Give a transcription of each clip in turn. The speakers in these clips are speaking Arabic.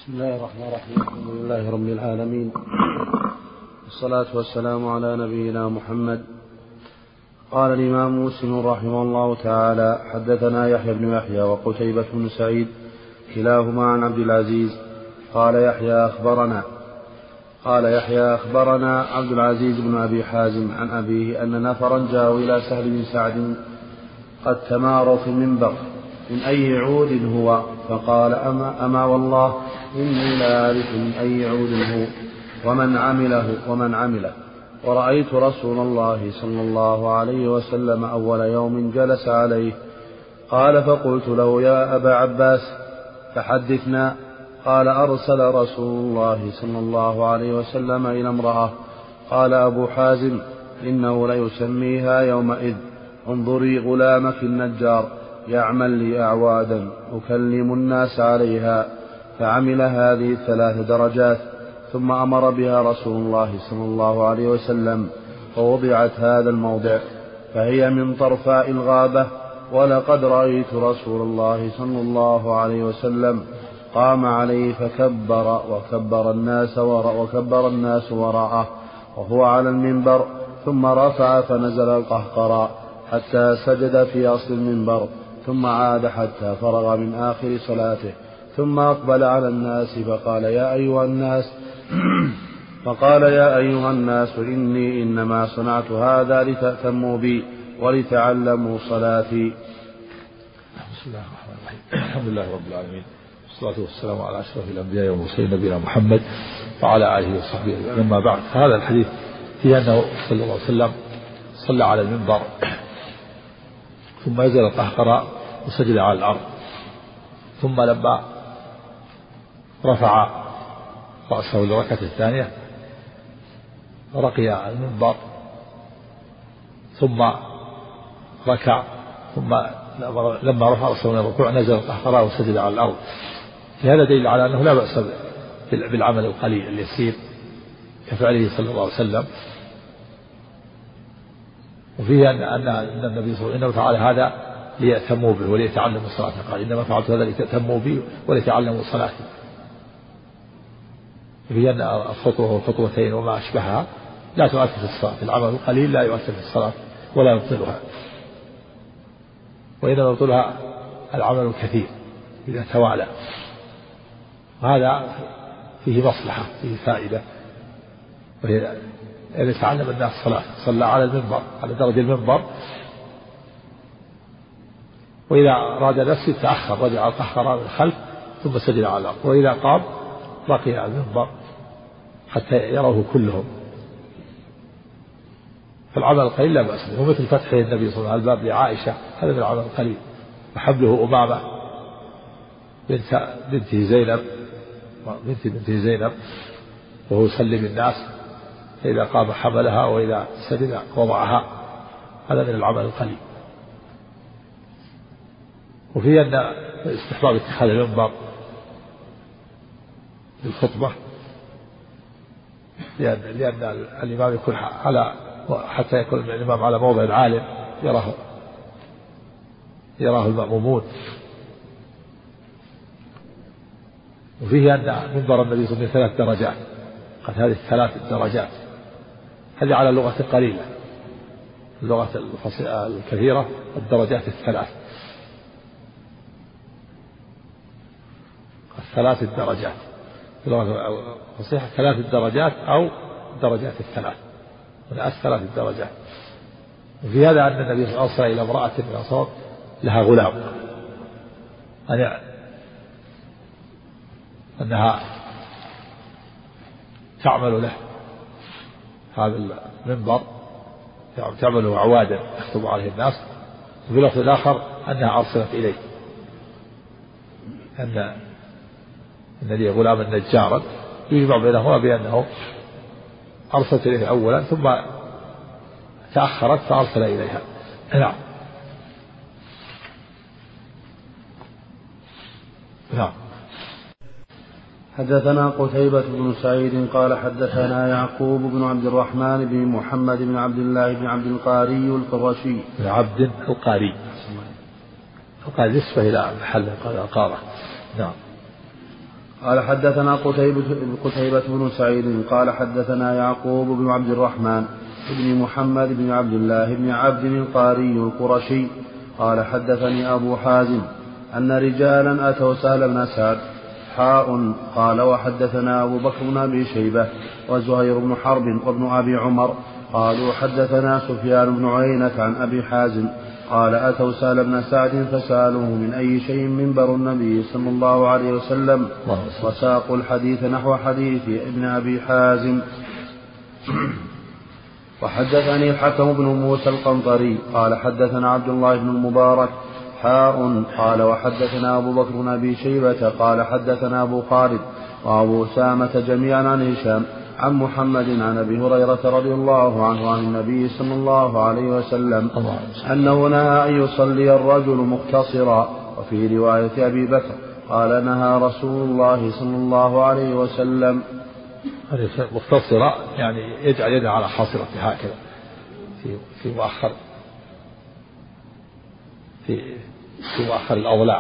بسم الله الرحمن الرحيم. الحمد لله رب العالمين، والصلاة والسلام على نبينا محمد. قال الإمام مسلم رحمه الله تعالى: حدثنا يحيى بن يحيى وقتيبة بن سعيد كلاهما عن عبد العزيز قال يحيى أخبرنا عبد العزيز بن أبي حازم عن أبيه أن نفرا جاءوا إلى سهل بن سعد قد تماروا في المنبر من أي عود هو، فقال: أما والله إني لأعرف من أي عود هو ومن عمله، ورأيت رسول الله صلى الله عليه وسلم أول يوم جلس عليه. قال: فقلت له: يا أبا عباس فحدثنا. قال: أرسل رسول الله صلى الله عليه وسلم إلى امرأة. قال أبو حازم: إنه ليسميها يومئذ: انظري غلامك النجار يعمل لي أعوادا أكلم الناس عليها. فعمل هذه 3 درجات، ثم أمر بها رسول الله صلى الله عليه وسلم، فوضعت هذا الموضع، فهي من طرفاء الغابة. ولقد رأيت رسول الله صلى الله عليه وسلم قام عليه فكبر وكبر الناس وراءه وهو على المنبر، ثم رفع فنزل القهقرى حتى سجد في أصل المنبر، ثم عاد حتى فرغ من آخر صلاته، ثم أقبل على الناس فقال: يا أيها الناس إني إنما صنعت هذا لتأتموا بي ولتعلموا صلاتي. بسم الله الرحمن الرحيم. الحمد لله رب العالمين، والصلاة والسلام على أشرف الأنبياء والمرسلين نبينا محمد وعلى آله وصحبه أجمعين. أما بعد، هذا الحديث فيه أنه صلى الله عليه وسلم صلى على المنبر، ثم نزل القهقرى وسجد على الأرض، ثم لما رفع رأسه للركعة الثانية رقي على المنبر، ثم ركع، ثم لما رفع رأسه من الركوع نزل القهقرى وسجد على الأرض. في هذا دليل على أنه لا بأس بالعمل القليل اليسير كفعله صلى الله عليه وسلم. وفيه أن النبي صلى الله عليه وسلم تعالى هذا ليأتموا به وليتعلموا الصلاة، قال: إنما فعلت هذا لتأتموا به وليتعلموا صلاتي. وفيه أن الخطوة والخطوتين وما أشبهها لا تؤثر في الصلاة، العمل القليل لا يؤثر في الصلاة ولا يبطلها، وإنما يبطلها العمل الكثير إذا توالى. وهذا فيه مصلحة، فيه فائدة، وهي أن يتعلم الناس الصلاة. صلى على المنبر، على درج المنبر، وإذا أراد نفسه تأخر رجع القهقرى من الخلف ثم سجد على الأرض، وإذا قام بقي على المنبر حتى يروه كلهم. فالعمل القليل لا بأس به، ومثل فتح النبي صلى الله عليه وسلم الباب لعائشة هذا من العمل القليل، وحمله أمامة بنت زينب وهو يصلي بالناس، فإذا قام حملها وإذا سجد وضعها، هذا من العمل القليل. وفي أن استحباب اتخاذ المنبر للخطبة، لأن الإمام يكون حتى يكون الإمام على موضع عالٍ يراه المأمومون. وفيه أن منبر النبي صلى الله عليه وسلم 3 درجات، قد هذه 3 درجات هذه على اللغة القليلة، اللغة الكثيرة الدرجات 3 3 درجات، اللغة الفصيحة 3 درجات أو درجات 3 من 3 درجات. وفي هذا أن النبي صلى الله عليه وسلم أرسل إلى امرأة من الأنصار لها غلام، أنها تعمل له هذا المنبر، تعمله أعوادا يخطب عليه الناس. وفي اللفظ الآخر أنها أرسلت إليه أن لي غلاما نجارا، يجمع بينهما بأنه أرسلت إليه أولا ثم تأخرت فأرسل إليها. نعم. حدثنا قتيبة بن سعيد قال حدثنا يعقوب بن عبد الرحمن بن محمد بن عبد الله بن عبد القاري القرشي. عبد القاري نسبة إلى محل القارة. نعم. قال حدثنا قتيبة بن سعيد قال حدثنا يعقوب بن عبد الرحمن بن محمد بن عبد الله بن عبد القاري القرشي قال حدثني أبو حازم أن رجالا أتوا سهل بن سعد قال وحدثنا أبو بكر بن أبي شيبة وزهير بن حرب وابن أبي عمر قالوا حدثنا سفيان بن عيينة عن أبي حازم قال أتوا سهل بن سعد فسألوه من أي شيء منبر النبي صلى الله عليه وسلم وساقوا الحديث نحو حديث ابن أبي حازم. وحدثني الحكم بن موسى القنطري قال حدثنا عبد الله بن المبارك قال وحدثنا أبو بكر بن أبي شيبة قال حدثنا أبو خالد وأبو أسامة جميعا عن هشام عن محمد عن أبي هريرة رضي الله عنه عن النبي صلى الله عليه وسلم أنه نهى أن يصلي الرجل مختصرا. وفي رواية أبي بكر قال نهى رسول الله صلى الله عليه وسلم. مختصرا يعني يجعل يده على حاصرته هكذا في مؤخر في مؤخر الأضلاع.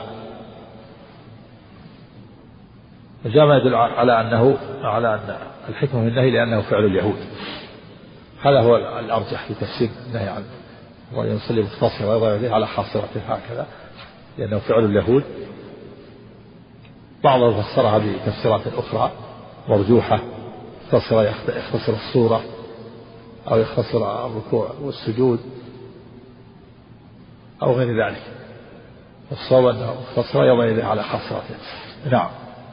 وجاء ما يدل على أن الحكمة من النهي لأنه فعل اليهود. هذا هو الأرجح في تفسير النهي عنه وأن يصلي مختصرا ويضع يديه على حاصرته هكذا لأنه فعل اليهود. بعضهم فسرها بتفسيرات أخرى مرجوحة يختصر الصورة أو يختصر الركوع والسجود أو غير ذلك. الصواب أنه مختصر يومئذ على حاصرته. نعم.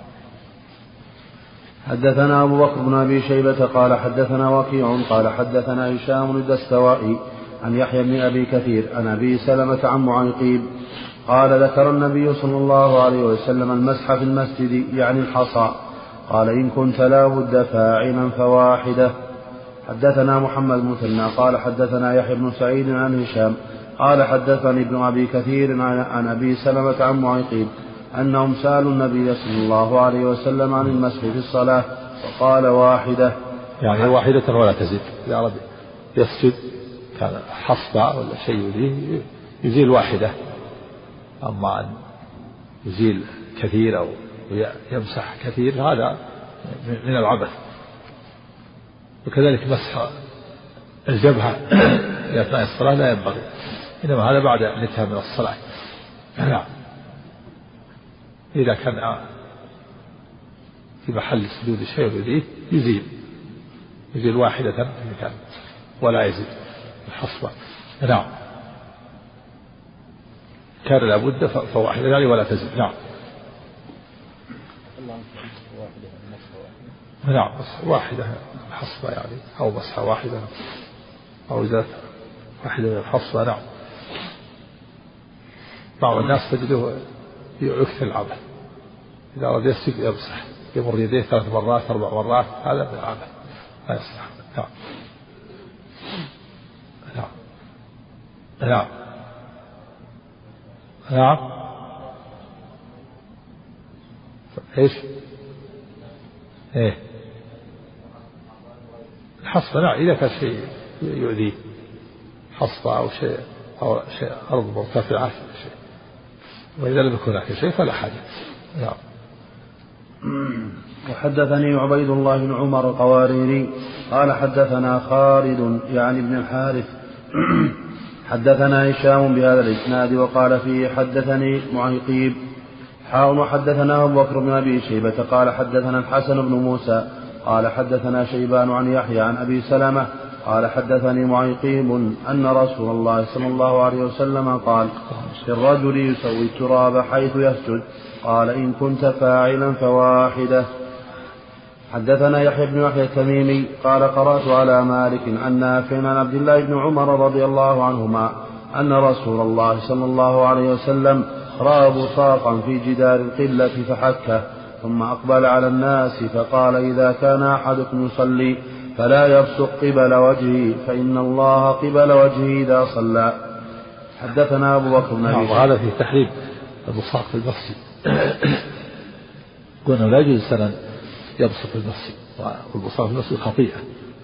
حدثنا أبو بكر بن أبي شيبة قال حدثنا وكيع قال حدثنا هشام الدستوائي عن يحيى بن أبي كثير عن أبي سلمة عن معيقيب قال ذكر النبي صلى الله عليه وسلم المسح في المسجد يعني الحصى قال إن كنت لا بد فاعلا فواحدة. حدثنا محمد بن مثنى قال حدثنا يحيى بن سعيد عن هشام قال حدثني ابن أبي كثير عن أبي سلمة عن معيقيب أنهم سألوا النبي صلى الله عليه وسلم عن المسح في الصلاة فقال واحدة يعني واحدة ولا تزيد. إذا أراد يسجد كان حصبة ولا شيء يزيل واحدة. أما أن يزيل كثير أو يمسح كثير هذا من العبث. وكذلك مسح الجبهة في أثناء الصلاة لا ينبغي إنما هذا بعد الانتهاء من الصلاة. نعم. إذا كان في محل سجود شيء يزيل واحدة في المكان ولا يزيد الحصبة. نعم. كان لابد فواحدة يعني ولا تزيد. نعم. نعم واحدة الحصبة يعني أو مسحة واحدة أو ذات واحدة من الحصبة. نعم. بعض الناس تجده يكثر العبث إذا أراد يسجد يمسح يمر يديه 3 مرات 4 مرات هذا من العبث لا يصلح. نعم. نعم. نعم. نعم. إيش؟ إيه الحصبة. نعم. إذا كان شيء يؤذيه حصبة أو شيء أرض مرتفعة شيء وإذا لم يكن هناك شيء فلا حاجة. نعم. وحدثني عبيد الله بن عمر القواريري قال حدثنا خالد يعني بن الحارث حدثنا هشام بهذا الإسناد وقال فيه حدثني معيقيب وحدثنا أبو بكر بن أبي شيبة قال حدثنا الحسن بن موسى قال حدثنا شيبان عن يحيى عن أبي سلمة قال حدثني معيقيب أن رسول الله صلى الله عليه وسلم قال في الرجل يسوي التراب حيث يسجد قال إن كنت فاعلا فواحدة. حدثنا يحيى بن يحيى التميمي قال قرأت على مالك عن نافع عن عبد الله بن عمر رضي الله عنهما أن رسول الله صلى الله عليه وسلم رأى بصاقا في جدار القبلة فحكه ثم أقبل على الناس فقال إذا كان أحدكم يصلي فلا يبصق قبل وجهه فإن الله قبل وجهه إذا صلى. حدثنا أبو بكر بن أبي شيبة. وهذا في تحريم البصاق في المسجد. قلنا لا يجوز أن يبصق في المسجد والبصاق في المسجد خطيئة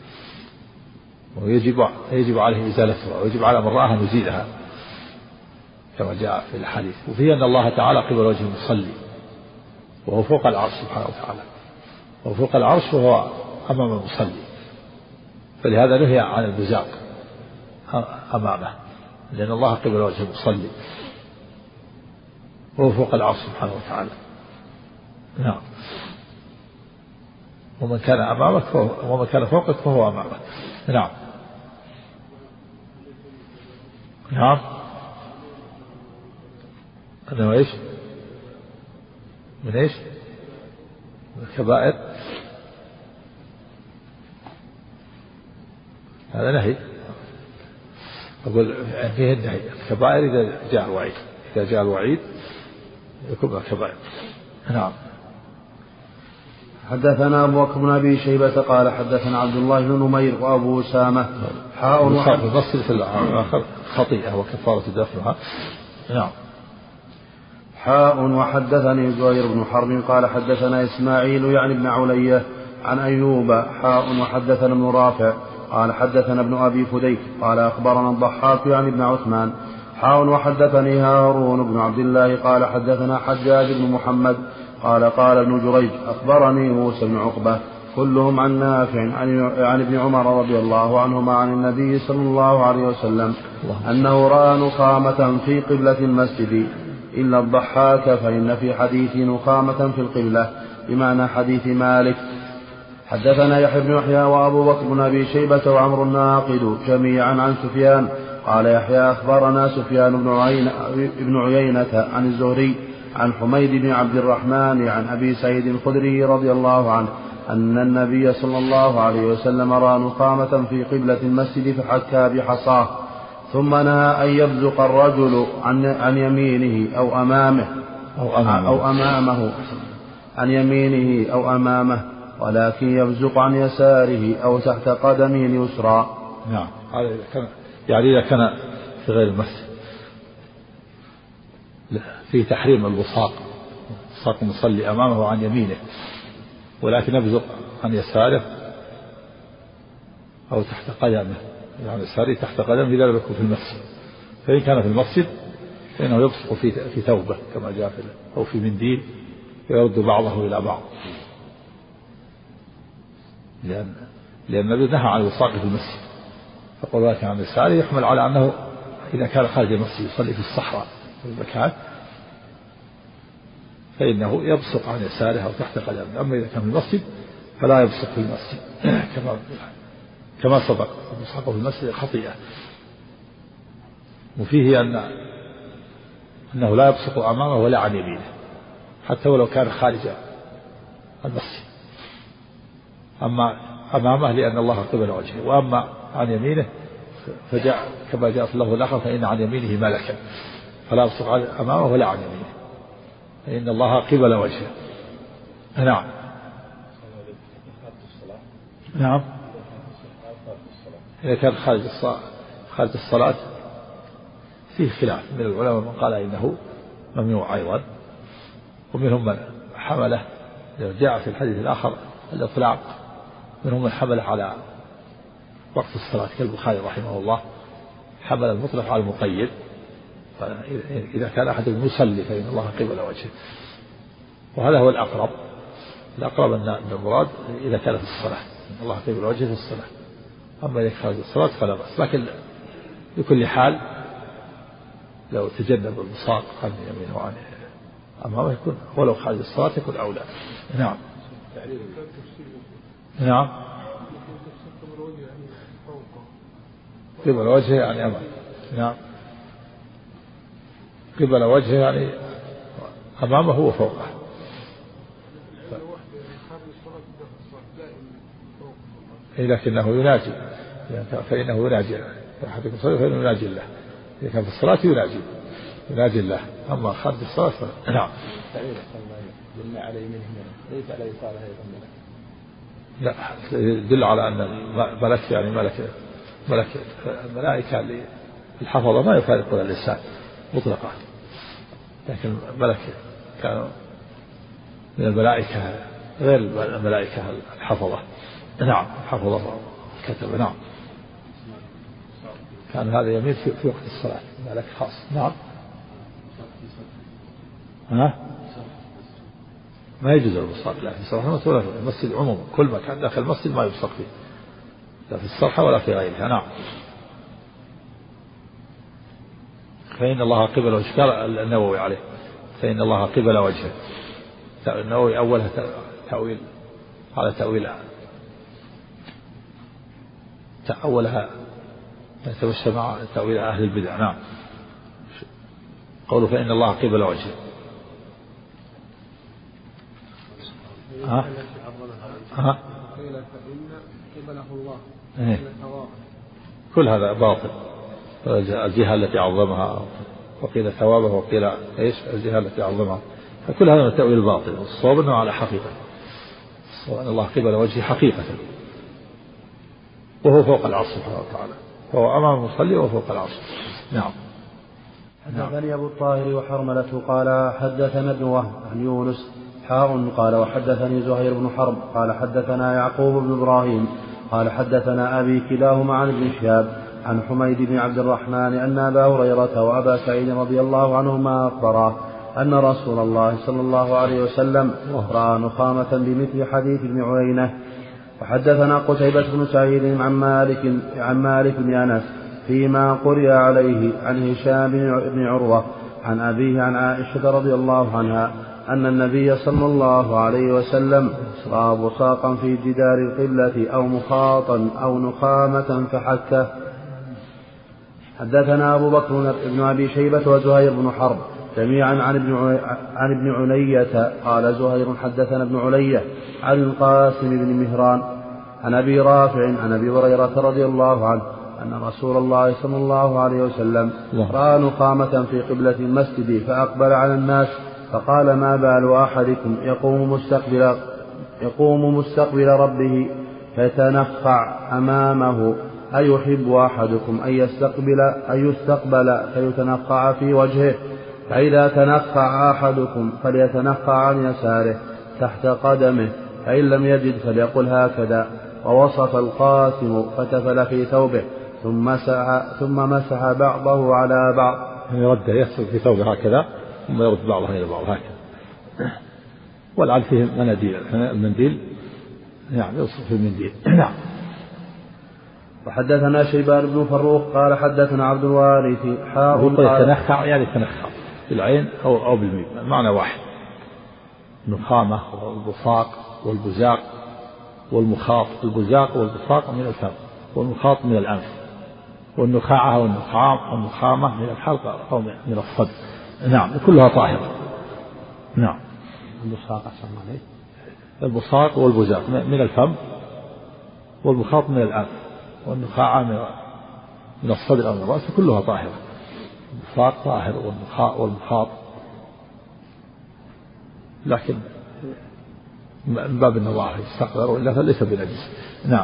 ويجب عليه إزالتها ويجب على من رآها أن يزيلها كما جاء في الحديث. وفيه أن الله تعالى قبل وجه المصلي وهو فوق العرش سبحانه وتعالى، وهو فوق العرش وهو أمام المصلي، فلهذا نهي عن البزاق أمامه، لأن الله قبل وجه المصلي وهو فوق العرش سبحانه وتعالى. نعم. ومن كان أمامك ومن كان فوقك فهو أمامك. نعم. نعم. أنه إيش؟ من إيش؟ من الكبائر. هذا نهي. أقول فيه النهي الكبائر إذا جاء الوعيد، إذا جاء الوعيد يكون الكبائر. نعم. حدثنا أبو بكر بن أبي شيبة قال حدثنا عبد الله بن نمير وأبو أسامة المصل في الآخر خطيئة وكفارة دفنها. نعم. وحدثني زهير بن حرب قال حدثنا إسماعيل يعني ابن علية عن أيوب وحدثنا ابن رافع قال حدثنا ابن أبي فديك قال أخبرنا الضحاك يعني ابن عثمان وحدثني هارون بن عبد الله قال حدثنا حجاج بن محمد قال قال ابن جريج أخبرني موسى بن عقبة كلهم عن نافع عن ابن عمر رضي الله عنهما عن النبي صلى الله عليه وسلم أنه رأى نخامة في قبلة المسجد إلا الضحاك فإن في حديث نخامة في القبلة بمعنى حديث مالك. حدثنا يحيى بن يحيى وأبو بكر بن أبي شيبة وعمر الناقد جميعا عن سفيان قال يحيى أخبرنا سفيان بن عيينة عن الزهري عن حميد بن عبد الرحمن عن أبي سعيد الخدري رضي الله عنه أن النبي صلى الله عليه وسلم رأى نخامة في قبلة المسجد فحكى بحصاه ثم نهى أن يبزق الرجل عن يمينه أو أمامه عن يمينه أو أمامه ولكن يبزق عن يساره أو تحت قدمه اليسرى. نعم. يعني إذا كان في غير المسجد في تحريم البصاق المصلي أمامه وعن يمينه، ولكن يبزق عن يساره أو تحت قدمه، يعني يساره تحت قدمه إذا لم يكن في المسجد. فإن كان في المسجد فإنه يبصق في ثوبه كما جاء أو في منديل يرد بعضه إلى بعض، لأن النبي نهى عن البصاق في المسجد، فقول ذلك عن يساره يحمل على أنه إذا كان خارج المسجد يصلي في الصحراء في المكان فإنه يبصق عن يساره أو تحت قدمه. أما إذا كان في المسجد فلا يبصق في المسجد كما سبق. البصاق في المسجد خطيئة، وفيه أنه لا يبصق أمامه ولا عن يمينه حتى ولو كان خارج المسجد. أما أمامه لأن الله قبل وجهه، وأما عن يمينه فجاء كما جاء في الله الآخر فإن عن يمينه ملكا، فلا يبصق أمامه ولا عن يمينه فإن الله قبل وجهه. نعم. نعم. إذا كان خارج الصلاة فيه خلاف من العلماء، من قال إنه ممنوع أيضا، ومنهم من حمله جاء في الحديث الآخر الإطلاق، منهم من حمله على وقت الصلاة كالبخاري رحمه الله حمل المطلق على المقيد، إذا كان أحد يصلي فإن الله قبل وجهه، وهذا هو الأقرب أن المراد إذا كان في الصلاة إن الله قبل وجهه في الصلاة. أما إذا خارج الصلاة فلا بأس، لكن بكل حال لو تجنب البصاق عن يمينه وعن أمامه يكون ولو خارج الصلاة يكون أولى. نعم. نعم. قبل وجهه يعني أمامه. نعم. قبل وجهه يعني أمامه وفوقه. لكنه يناجي، فإنه يناجي أحدكم صلى فإنه يناجي الله، إذا كان في الصلاة يناجي الله، أما خارج الصلاة نعم. على يمينه ليس على يساره أيضا لا، يدل على أن ملك يعني ملك الملائكة الحفظة ما يفارقون اللسان مطلقا، لكن ملك كانوا من الملائكة غير الملائكة الحفظة. نعم. حفظة كتب. نعم. كان هذا يمين في وقت الصلاة ملك خاص. نعم. ما يجوز البصاق لا في الصرحة ولا في المسجد عموما، كل مكان داخل المسجد ما يبصق فيه لا في الصرحة ولا في غيرها. نعم. فإن الله قبل وجهه النووي عليه، فإن الله قبل وجهه. النووي أولها تأويل على تأويل أولها يتمشى مع تأويل أهل البدع. نعم. قوله فإن الله قبل وجهه. قيل فإن قبله الله كل هذا باطل. الجهة التي عظمها وقيل ثوابه وقيل ايش الجهة التي عظمها، فكل هذا من التأويل باطل. والصواب انه على حقيقة، الصواب ان الله قبل وجهه حقيقة وهو فوق العرش سبحانه وتعالى، فهو أمام المصلي وهو فوق العرش. نعم. حدثني أبو الطاهر وحرملة قال حدثنا ابن وهب عن يونس قال وحدثني زهير بن حرب قال حدثنا يعقوب بن إبراهيم قال حدثنا أبي كلاهما عن ابن شهاب عن حميد بن عبد الرحمن أن أبا هريرة وأبا سعيد رضي الله عنهما أخبراه أن رسول الله صلى الله عليه وسلم رأى نخامة بمثل حديث ابن عيينة. وحدثنا قتيبة بن سعيد عن مالك بن أنس فيما قرئ عليه عن هشام بن عروة عن أبيه عن عائشة رضي الله عنها أن النبي صلى الله عليه وسلم رأى بصاقا في جدار القبلة أو مخاطا أو نخامة فحكه. حدثنا أبو بكر بن أبي شيبة وزهير بن حرب جميعا عن ابن علية قال زهير حدثنا ابن علية عن القاسم بن مهران عن أبي رافع عن أبي هريرة رضي الله عنه أن رسول الله صلى الله عليه وسلم رأى نخامة في قبلة المسجد فأقبل على الناس فقال ما بال أحدكم يقوم مستقبل ربه فيتنخع أمامه أيحب أحدكم أن يستقبل فيتنخع في وجهه، فإذا تنخع أحدكم فليتنخع عن يساره تحت قدمه، فإن لم يجد فليقل هكذا. ووصف القاسم فتفل في ثوبه ثم مسح بعضه على بعض، يرد يسر في ثوبه هكذا ثم يرد بعضه إلى بعض هكذا. والعل فيه مناديل، المنديل يعني يوصف في المنديل. نعم. وحدثنا شيبان بن فروخ قال حدثنا عبد الوارث يتنخع يعني يتنخع بالعين أو بالميم المعنى واحد. النخامة والبصاق والبزاق والمخاط، البزاق والبصاق من الفم والمخاط من الأنف، والنخاعة والنخامة من الحلق أو من الصدر. نعم كلها طاهرة. نعم. البصاق والبزاق من الفم والمخاط من الأنف والنخاعة من الصدر أو من الرأس كلها طاهرة. البصاق طاهر والمخاط لكن من باب النظافة يستقبل إلا فليس بنجس. نعم.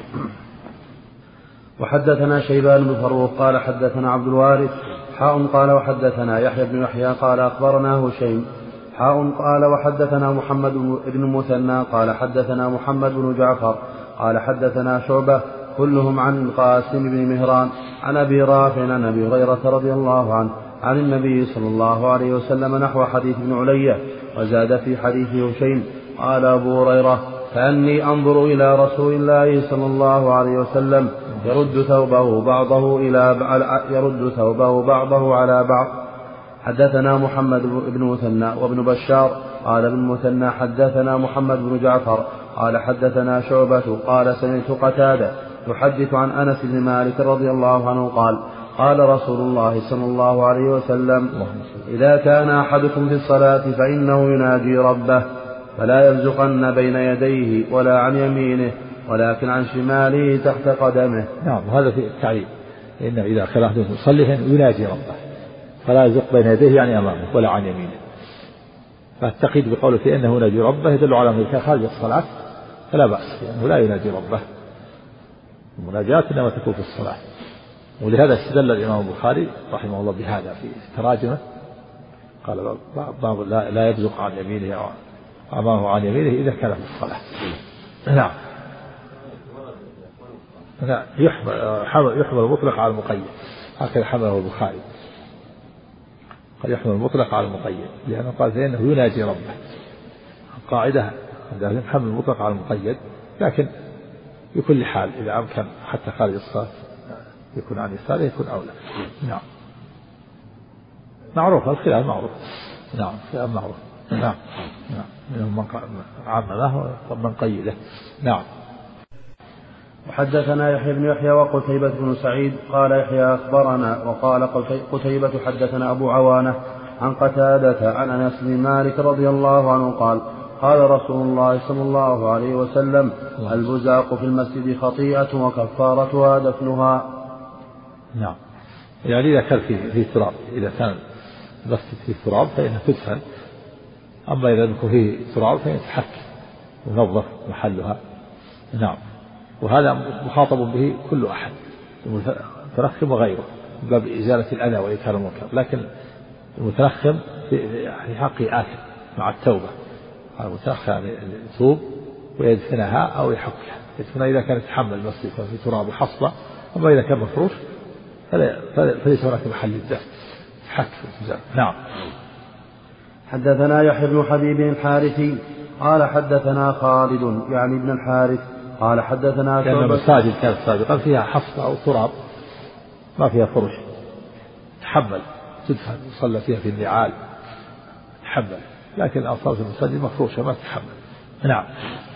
وحدثنا شيبان بن فروخ قال حدثنا عبد الوارث قال وحدثنا يحيى بن يحيى قال أخبرنا هشيم قال وحدثنا محمد بن مثنى قال حدثنا محمد بن جعفر قال حدثنا شعبة كلهم عن القاسم بن مهران عن أبي رافع عن أبي هريرة رضي الله عنه عن النبي صلى الله عليه وسلم نحو حديث ابن علية، وزاد في حديث هشيم قال أبو هريرة فأني أنظر إلى رسول الله صلى الله عليه وسلم يرد ثوبه بعضه على بعض. حدثنا محمد بن مثنى وابن بشار قال ابن مثنى حدثنا محمد بن جعفر قال حدثنا شعبة قال سمعت قتادة يحدث عن أنس بن مالك رضي الله عنه قال رسول الله صلى الله عليه وسلم إذا كان أحدكم في الصلاة فإنه يناجي ربه فلا يبزقن بين يديه ولا عن يمينه ولكن عن شماله تحت قدمه. نعم هذا في التعليم، إن إذا كان أحدكم يصلي يناجي ربه فلا يزق بين يديه يعني أمامه ولا عن يمينه. فالتقييد بقوله في أنه يناجي ربه يدل على أنه كان خارج الصلاة فلا بأس لأنه لا يناجي ربه، المناجاة إنما تكون في الصلاة. ولهذا استدل الإمام البخاري رحمه الله بهذا في تراجمه قال باب لا يبزق عن يمينه أو أمامه عن يمينه إذا كان في الصلاة. نعم. يحمل المطلق على المقيد، هكذا حمله البخاري قال يحمل المطلق على المقيد لأنه قال فإنه يناجي ربه، قاعدة عندهم حمل المطلق على المقيد، لكن بكل حال إذا أمكن حتى خارج الصلاة يكون عن يساره يكون أولى. نعم. معروف الخلاف معروف. نعم الخلاف معروف. نعم. منهم من عمله ومن قيده. نعم. وحدثنا يحيى بن يحيى وقتيبة بن سعيد قال يحيى أخبرنا وقال قتيبة حدثنا أبو عوانة عن قتادة عن أنس بن مالك رضي الله عنه قال قال رسول الله صلى الله عليه وسلم البزاق في المسجد خطيئة وكفارتها دفنها. نعم. يعني إذا كان في تراب، إذا كان المسجد فيه تراب فإنها تدفن، أما إذا يكون فيه تراب فإنها تحك ونظف محلها. نعم. وهذا مخاطب به كل أحد المتنخم وغيره من باب إزالة الأذى وإنكار المنكر، لكن المتنخم في حقه آثم مع التوبة. المتنخم يتوب ويدفنها أو يحكها، يدفنها إذا كان يتحمل المسجد في تراب وحصبة، أما إذا كان مفروش فليس هناك محل الدفن حك. نعم. حدثنا يحيى بن حبيب الحارثي قال حدثنا خالد يعني ابن الحارث قال حدثنا شعبة. المساجد كانت سابقا فيها حصبة أو تراب ما فيها فرش، تحمل تدفن يصلى فيها في النعال تحمل، لكن الأنصار في المساجد مفروشة ما تحمل. نعم.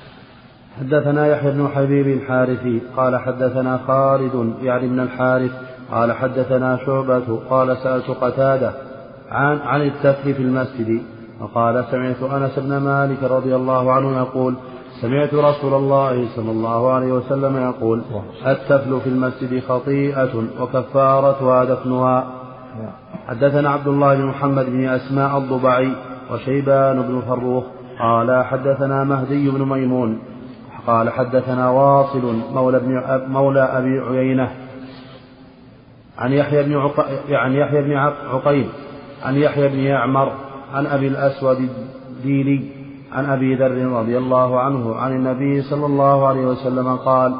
حدثنا يحيى بن حبيب الحارثي قال حدثنا خالد يعني ابن الحارث قال حدثنا شعبة قال سألت قتادة عن التفل في المسجد وقال سمعت أنس بن مالك رضي الله عنه يقول سمعت رسول الله صلى الله عليه وسلم يقول التفل في المسجد خطيئة وكفارتها دفنها. حدثنا عبد الله بن محمد بن أسماء الضبعي وشيبان بن فروخ قال حدثنا مهدي بن ميمون قال حدثنا واصل مولى أبي عيينة عن يحيى بن عقيل عن يحيى بن يعمر عن أبي الأسود الديلي عن أبي ذر رضي الله عنه عن النبي صلى الله عليه وسلم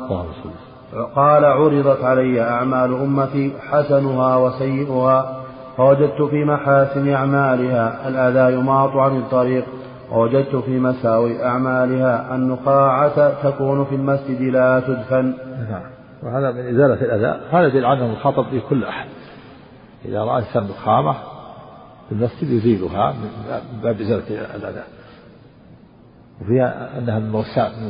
قال عرضت علي أعمال أمتي حسنها وسيئها فوجدت في محاسن أعمالها الأذى يماط عن الطريق ووجدت في مساوي أعمالها النخاعة تكون في المسجد لا تدفن. وهذا من إزالة الأذى، هذا يدل عنه مخاطب به كل أحد، إذا رأى إنسان نخامة في المسجد يزيلها من باب إزالة الأذى، وفيها أنها من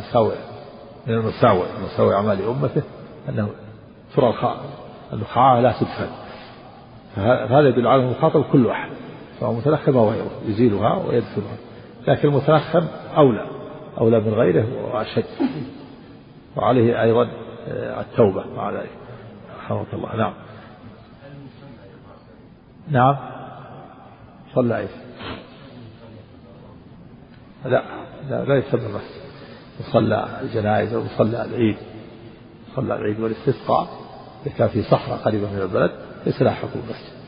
مساوي أعمال أمته أنه ترى النخاعة لا تدفن، فهذا يدل على المخاطب كل أحد سواء متنخم أو غيره يزيلها ويدفنها، لكن المتنخم أولى من غيره وأشد، وعليه أيضا التوبة مع ذلك رحمه الله. نعم. نعم. صلى إيش؟ لا يسمى المسجد، يصلى الجنائز أو يصلى العيد، صلى العيد والاستسقاء إذا كان في صحراء قريبة من البلد ليس لها حكم المسجد،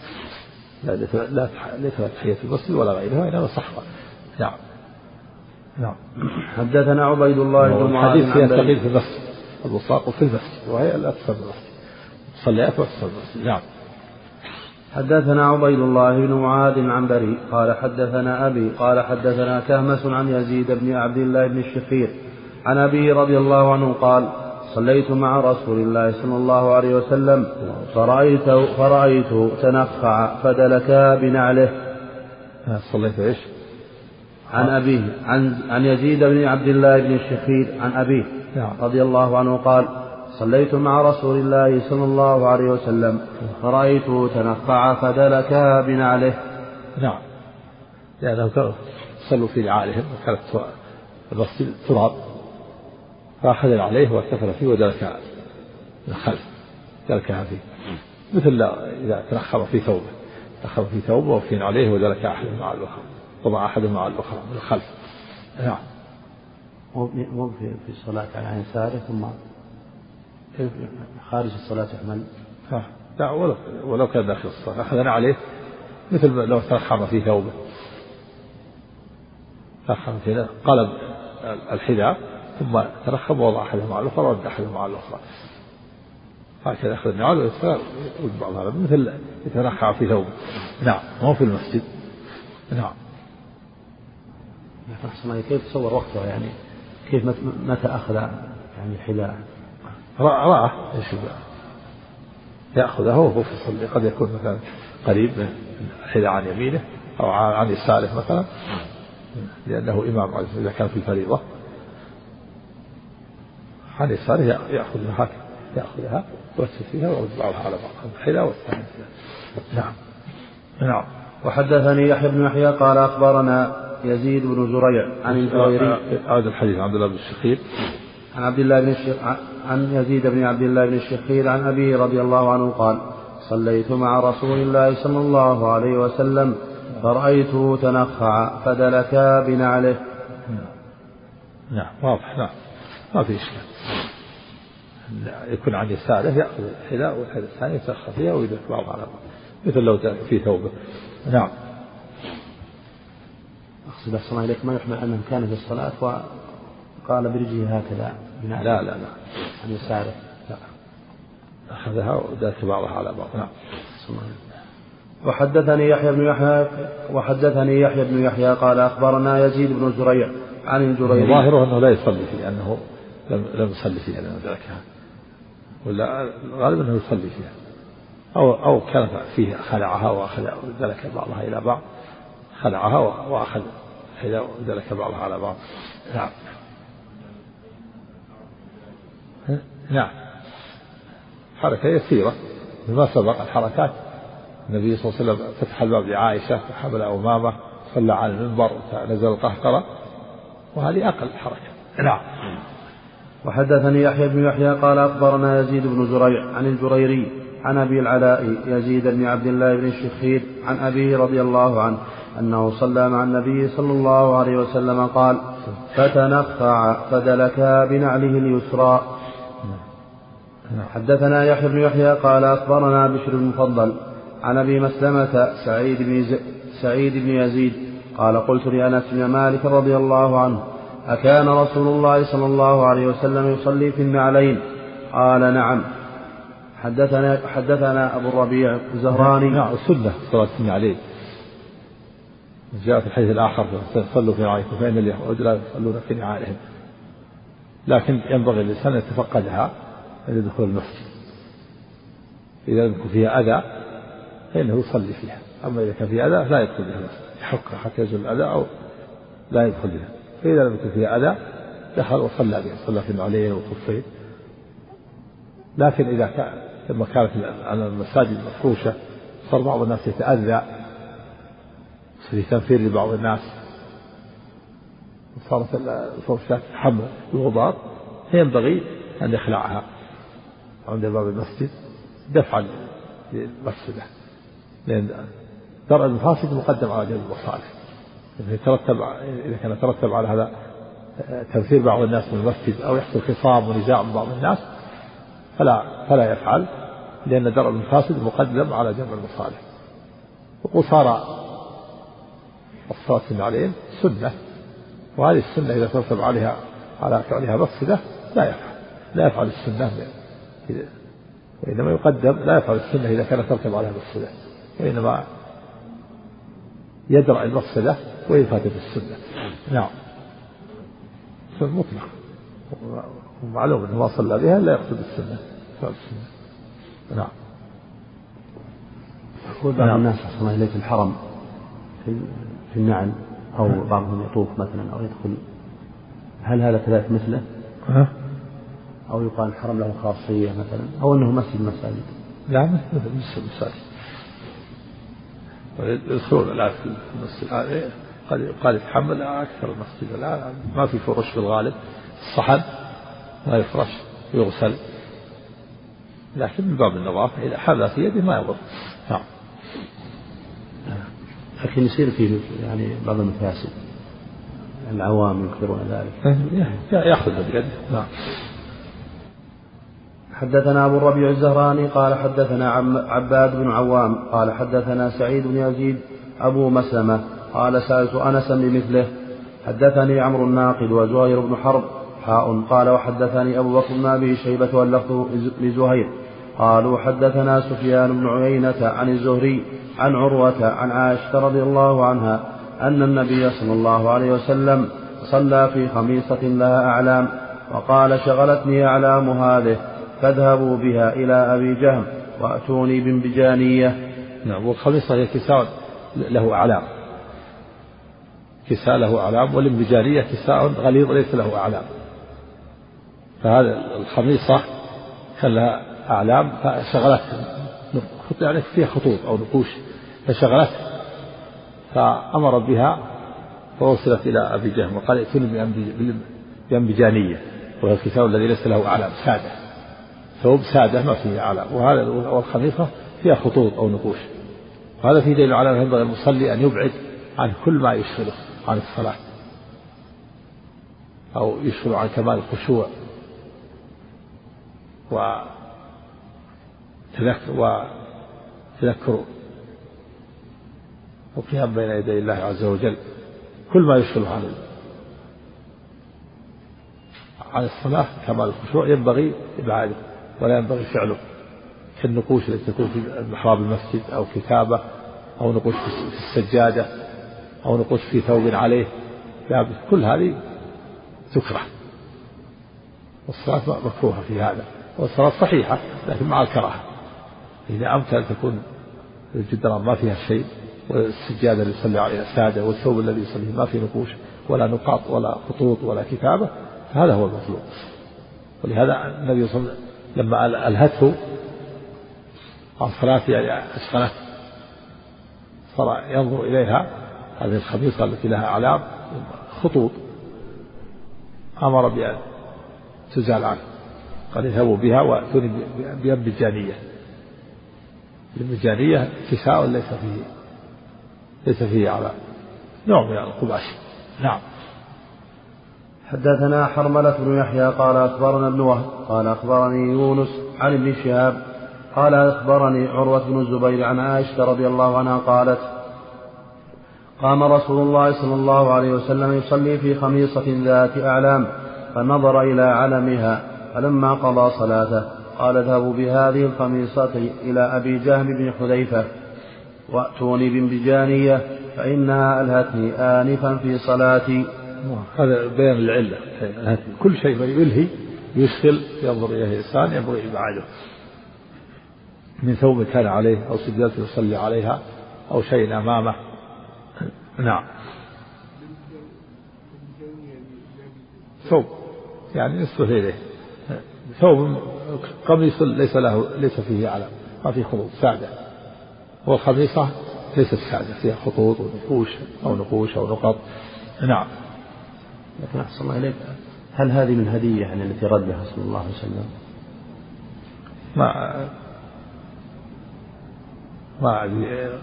ليس تحية المسجد ولا غيرها، إنما صحراء. نعم. نعم. حدثنا عبيد الله بن معاذ الحديث فيها تقييد في المسجد، البصاق في المسجد وهي لا تسمى المسجد، صليات وتسمى المسجد. نعم. حدثنا عبيد الله بن معاذ عن بريء قال حدثنا أبي قال حدثنا كهمس عن يزيد بن عبد الله بن الشخير عن أبي رضي الله عنه قال صليت مع رسول الله صلى الله عليه وسلم فرأيته تنخع فدلكا بنعله. صليت إيش؟ عن أبيه عن يزيد بن عبد الله بن الشخير عن أبيه رضي الله عنه قال صليت مع رسول الله صلى الله عليه وسلم فرأيته تنخع فدلكا بنعله. نعم. لأنه صلوا في نعالهم وكانت المسجد تراب، فأخذ عليه واكتفل فيه ودلكها من الخلف، دلكها فيه مثل إذا تنخم في ثوبه وفي عليه ودلك أحد مع الأخرى، وضع أحد مع الأخرى من الخلف. نعم. مو في الصلاة على يساره ثم خارج الصلاة يحمل. لا ولو كان داخل الصلاة أخذنا عليه مثل لو تنخم في ثوبه، تنخم في قلب الحذاء ثم تنخم ووضع أحد مع الأخرى ورد أحد مع الأخرى، هكذا أخذ النعال ويتبع هذا مثل يتنخع في ثوبه. نعم. مو في المسجد. نعم. كيف تصور وقتها يعني كيف متى أخذ يعني الحذاء؟ رأى ايش يأخذه وهو في الصلاة، قد يكون مثلا قريب من الحذاء عن يمينه أو عن يساره مثلا، لأنه إمام إذا كان في الفريضة عن يساره يأخذها هكذا، يأخذها ويرسل فيها ويرد بعضها على بعض، الحذاء والثاني. نعم. نعم. وحدثني يحيى بن يحيى قال أخبرنا يزيد بن زريع عن الجويري. هذا الحديث عن عبد الله بن الشخير عن يزيد بن عبد الله بن الشخير عن أبيه رضي الله عنه قال: صليت مع رسول الله صلى الله عليه وسلم فرأيته تنخع فدلكا بنعله. نعم واضح. نعم ما في إشكال، يكون عن يساره يأخذ الحذاء والحذاء الثاني يتأخر فيها ويدرك بعض على بعض مثل لو في ثوبه. نعم. أقصد أحسن إليك ما يحمل أنه كان في الصلاة وقال برجله هكذا بنعله. لا لا لا عن يساره لا، أخذها ودرك بعضها على بعض. نعم. وحدثني يحيى بن يحيى قال أخبرنا يزيد بن زريع عن الجريري. ظاهره أنه لا يصلي فيه، أنه لم يصلي فيها لأنه دركها، ولا غالبا أنه يصلي فيها، أو كان فيه خلعها وأخذ ودلك بعضها إلى بعض، خلعها وأخذ حذاء ودلك بعضها على بعض. نعم. نعم حركة يسيرة ما سبق الحركات. النبي صلى الله عليه وسلم فتح الباب لعائشة فحمل أمامه، صلى على المنبر نزل القهقرة، وهذه أقل حركة. نعم. وحدثني يحيى بن يحيى قال أخبرنا يزيد بن زريع عن الجريري عن أبي العلاء يزيد بن عبد الله بن الشخير عن أبيه رضي الله عنه أنه صلى مع النبي صلى الله عليه وسلم قال: فتنخع فدلكا بنعله اليسرى. حدثنا يحيى بن يحيى قال أخبرنا بشر بن المفضل عن أبي مسلمة سعيد بن يزيد قال: قلت لأنس بن مالك رضي الله عنه: أكان رسول الله صلى الله عليه وسلم يصلي في النعلين؟ قال: نعم. حدثنا أبو الربيع الزهراني. نعم السنة صلاة النعلين، جاء في الحديث الآخر: صلوا في نعالكم فإن اليهود لا يصلون في نعالهم، لكن ينبغي الإنسان أن يتفقدها عند دخول المسجد. إذا لم يكن فيها أذى فإنه يصلي فيها، أما إذا كان فيها أذى لا يدخل بها المسجد، يحك حتى يزول الأذى أو لا يدخل بها. فإذا لم يكن فيها أذى دخل وصلى بها، صلى في النعلين والخفين. لكن إذا كان لما كانت على المساجد المفروشة صار بعض الناس يتأذى في تنفير لبعض الناس، وصارت الفرشات حمل الغبار، فينبغي أن يخلعها عند باب المسجد دفعا للمفسدة، لأن درء المفاسد مقدم على جلب المصالح. إذا كان يترتب على هذا تنفير بعض الناس من المسجد أو يحصل خصام ونزاع من بعض الناس فلا يفعل، لأن درء المفاسد مقدم على جلب المصالح. وصار الصلاة عليهم سنة، وهذه السنة إذا ترتب على فعلها مفسدة لا يفعل السنة، وإنما يقدم. لا يفعل السنة إذا كانت ترتب عليها مفسدة، وإنما يدرأ المفسدة ويفاتت السنة. نعم مطلق، ومعلوم أنه ما صلى بها لا يقصد السنة. نعم. يقول بعض الناس صلى الله إليه الحرم في النعل، أو بعضهم يطوف مثلا أو يدخل، هل هذا كذلك مثله؟ أو يقال الحرم له خاصية مثلا، أو أنه مسجد مساجد؟ لا مثل مساجد، يدخلون الآن في المسجد، قد يتحمل أكثر المسجد. الآن ما في فرش في الغالب، الصحن ما يفرش ويغسل، لكن من باب النظافة إذا حمل في يده ما يضر. نعم. لكن يصير فيه يعني بعض المفاسد، العوام ينكرون ذلك، يأخذ بيده. نعم. حدثنا أبو الربيع الزهراني قال حدثنا عباد بن عوام قال حدثنا سعيد بن يزيد أبو مسلمة قال سألت أنسا بمثله. حدثني عمرو الناقد وزهير بن حرب قال وحدثني أبو بكر بن أبي شيبة واللفظ لزهير قالوا حدثنا سفيان بن عيينة عن الزهري عن عروة عن عائشة رضي الله عنها أن النبي صلى الله عليه وسلم صلى في خميصة لها أعلام وقال شغلتني أعلام هذه فاذهبوا بها إلى أبي جهم وأتوني بانبجانية. نعم. والخميصة هي كساء له أعلام، كساء له أعلام، والانبجانية كساء غليظ ليس له أعلام. فهذا الخميصة كان لها أعلام فشغلت، يعني فيها خطوط أو نقوش فشغلت، فأمر بها فوصلت إلى أبي جهم وقال ائتوني بانبجانية، وهو الكساء الذي ليس له أعلام، سادة، ثوب سادة ما فيه أعلام. وهذا والخميصة فيها خطوط أو نقوش. وهذا فيه دليل على أن ينبغي المصلي أن يبعد عن كل ما يشغله عن الصلاة أو يشغل عن كمال الخشوع وتذكر وقيام بين يدي الله عز وجل. كل ما يشغل عن الصلاة كمال الخشوع ينبغي إبعاده ولا ينبغي فعله، كالنقوش التي تكون في محراب المسجد أو كتابة أو نقوش في السجادة أو نقوش في ثوب عليه لابس، كل هذه تكره، والصلاة مكروهة في هذا. والصلاة صحيحة لكن مع الكراهة. إذا أمكن أن تكون الجدران ما فيها شيء، والسجادة اللي يصلي عليها سادة، والثوب الذي يصلي ما فيه نقوش ولا نقاط ولا خطوط ولا كتابة، هذا هو المطلوب. ولهذا النبي صلى الله عليه وسلم لما ألهته عن صلاته يعني أشغلته، صار ينظر إليها هذه الخميصة التي لها أعلام خطوط، أمر بأن تزال عنه، قال اذهبوا بها وأتوني بانبجانية. الانبجانية كساء ليس فيه أعلام، نوع من القماش. نعم. حدثنا حرملة بن يحيى قال أخبرنا ابن وهب قال أخبرني يونس عن ابن شهاب قال أخبرني عروة بن الزبير عن عائشة رضي الله عنها قالت قام رسول الله صلى الله عليه وسلم يصلي في خميصة ذات أعلام فنظر إلى علمها، فلما قضى صلاته قال اذهبوا بهذه الخميصة إلى أبي جهم بن حذيفة وأتوني بانبجانية فإنها ألهتني آنفا في صلاتي. هذا بيان العلة. كل شيء ما يلهي يشغل ينظر إليه الإنسان ينبغي إبعاده، من ثوب كان عليه أو سجادة يصلي عليها أو شيء أمامه. نعم. ثوب يعني نصف إليه، ثوب قميص ليس فيه علم، ما فيه خطوط، سادة. والخميصة ليست سادة، فيها خطوط ونقوش أو نقط. نعم. لكن أحسن الله إليك، هل هذه من هدية يعني التي ردها صلى الله عليه وسلم؟ ما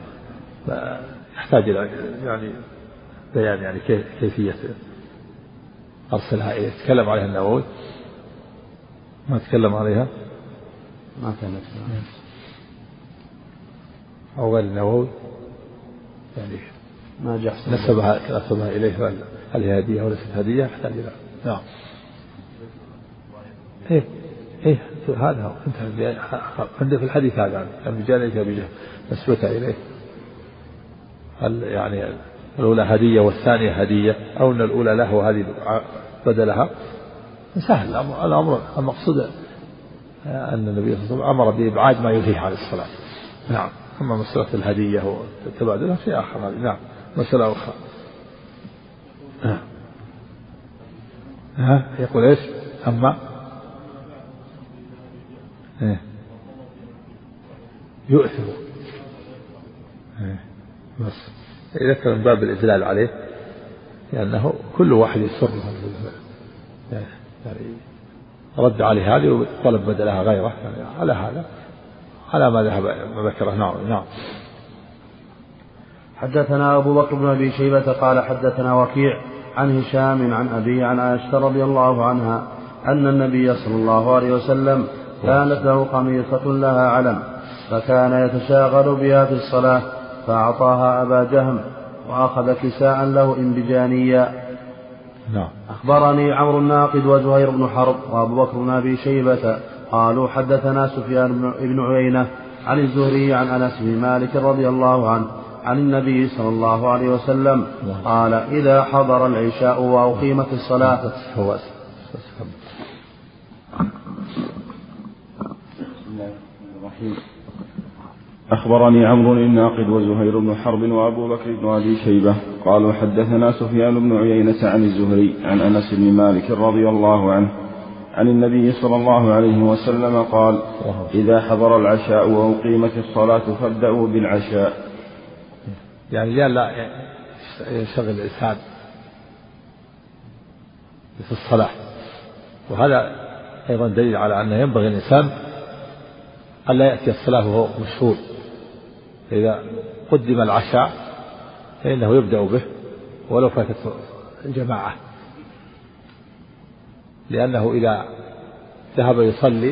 يحتاج إلى يعني بيان يعني كيفية أرسلها إليه. تكلم عليها النووي؟ ما تكلم عليها؟ ما كانت أو غير النووي يعني ما جاء نسبها إليه، هل هي هدية أو ليست هدية؟ يحتاج إلى نعم. إيه هذا هو عند في الحديث هذا الرجال بجهة نسبتها إليه، هل يعني الأولى هدية والثانية هدية أو أن الأولى له وهذه بدلها؟ سهل الأمر. المقصود أن النبي صلى الله عليه وسلم أمر بإبعاد ما يلهيه عن الصلاة. نعم. أما مسألة الهدية والتبادل شيء آخر. نعم مسألة أخرى. يقول إيش؟ أما يؤثر بس إذا كان من باب الإدلال عليه، لأنه كل واحد يسر يعني رد عليه هذه وطلب بدلها غيره، يعني على هذا على ما ذهب ما ذكره. نعم. حدثنا أبو بكر بن أبي شيبة قال حدثنا وكيع عن هشام عن أبي عن عائشة رضي الله عنها أن النبي صلى الله عليه وسلم كانت له خميصة لها علم فكان يتشاغل بها في الصلاة فأعطاها أبا جهم وأخذ كساء له انبجانيا. نعم. أخبرني عمرو الناقد وزهير بن حرب وأبو بكر بن أبي شيبة قالوا حدثنا سفيان بن عيينة عن الزهري عن أنس بن مالك رضي الله عنه عن النبي صلى الله عليه وسلم قال إذا حضر العشاء وأقيمت الصلاة. أخبرني عمرو الناقد وزهير بن حرب وأبو بكر بن أبي شيبة قالوا حدثنا سفيان بن عيينة عن الزهري عن أنس بن مالك رضي الله عنه عن النبي صلى الله عليه وسلم قال إذا حضر العشاء وأقيمت الصلاة فابدأوا بالعشاء. يعني لا يشغل الإنسان في الصلاة، وهذا أيضا دليل على أنه ينبغي الإنسان ألا يأتي الصلاة وهو مشغول. إذا قدم العشاء فإنه يبدأ به ولو فاتت الجماعة، لأنه إذا ذهب يصلي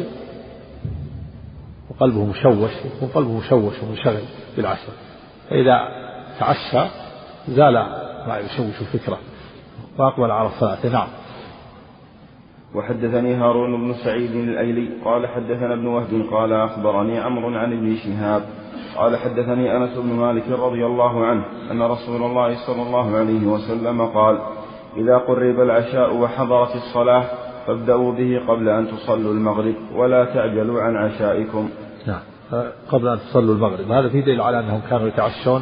وقلبه مشوش يكون قلبه مشوش ومنشغل بالعشاء، فإذا تعشى زال ما يشوش فكره وأقبل على الصلاة. نعم. وحدثني هارون بن سعيد الأيلي قال حدثنا ابن وهب قال أخبرني عمرو عن ابن شهاب قال حدثني أنس بن مالك رضي الله عنه أن رسول الله صلى الله عليه وسلم قال إذا قرب العشاء وحضرت الصلاة فابدأوا به قبل أن تصلوا المغرب ولا تعجلوا عن عشائكم. نعم، قبل أن تصلوا المغرب. هذا فيه دليل على أنهم كانوا يتعشون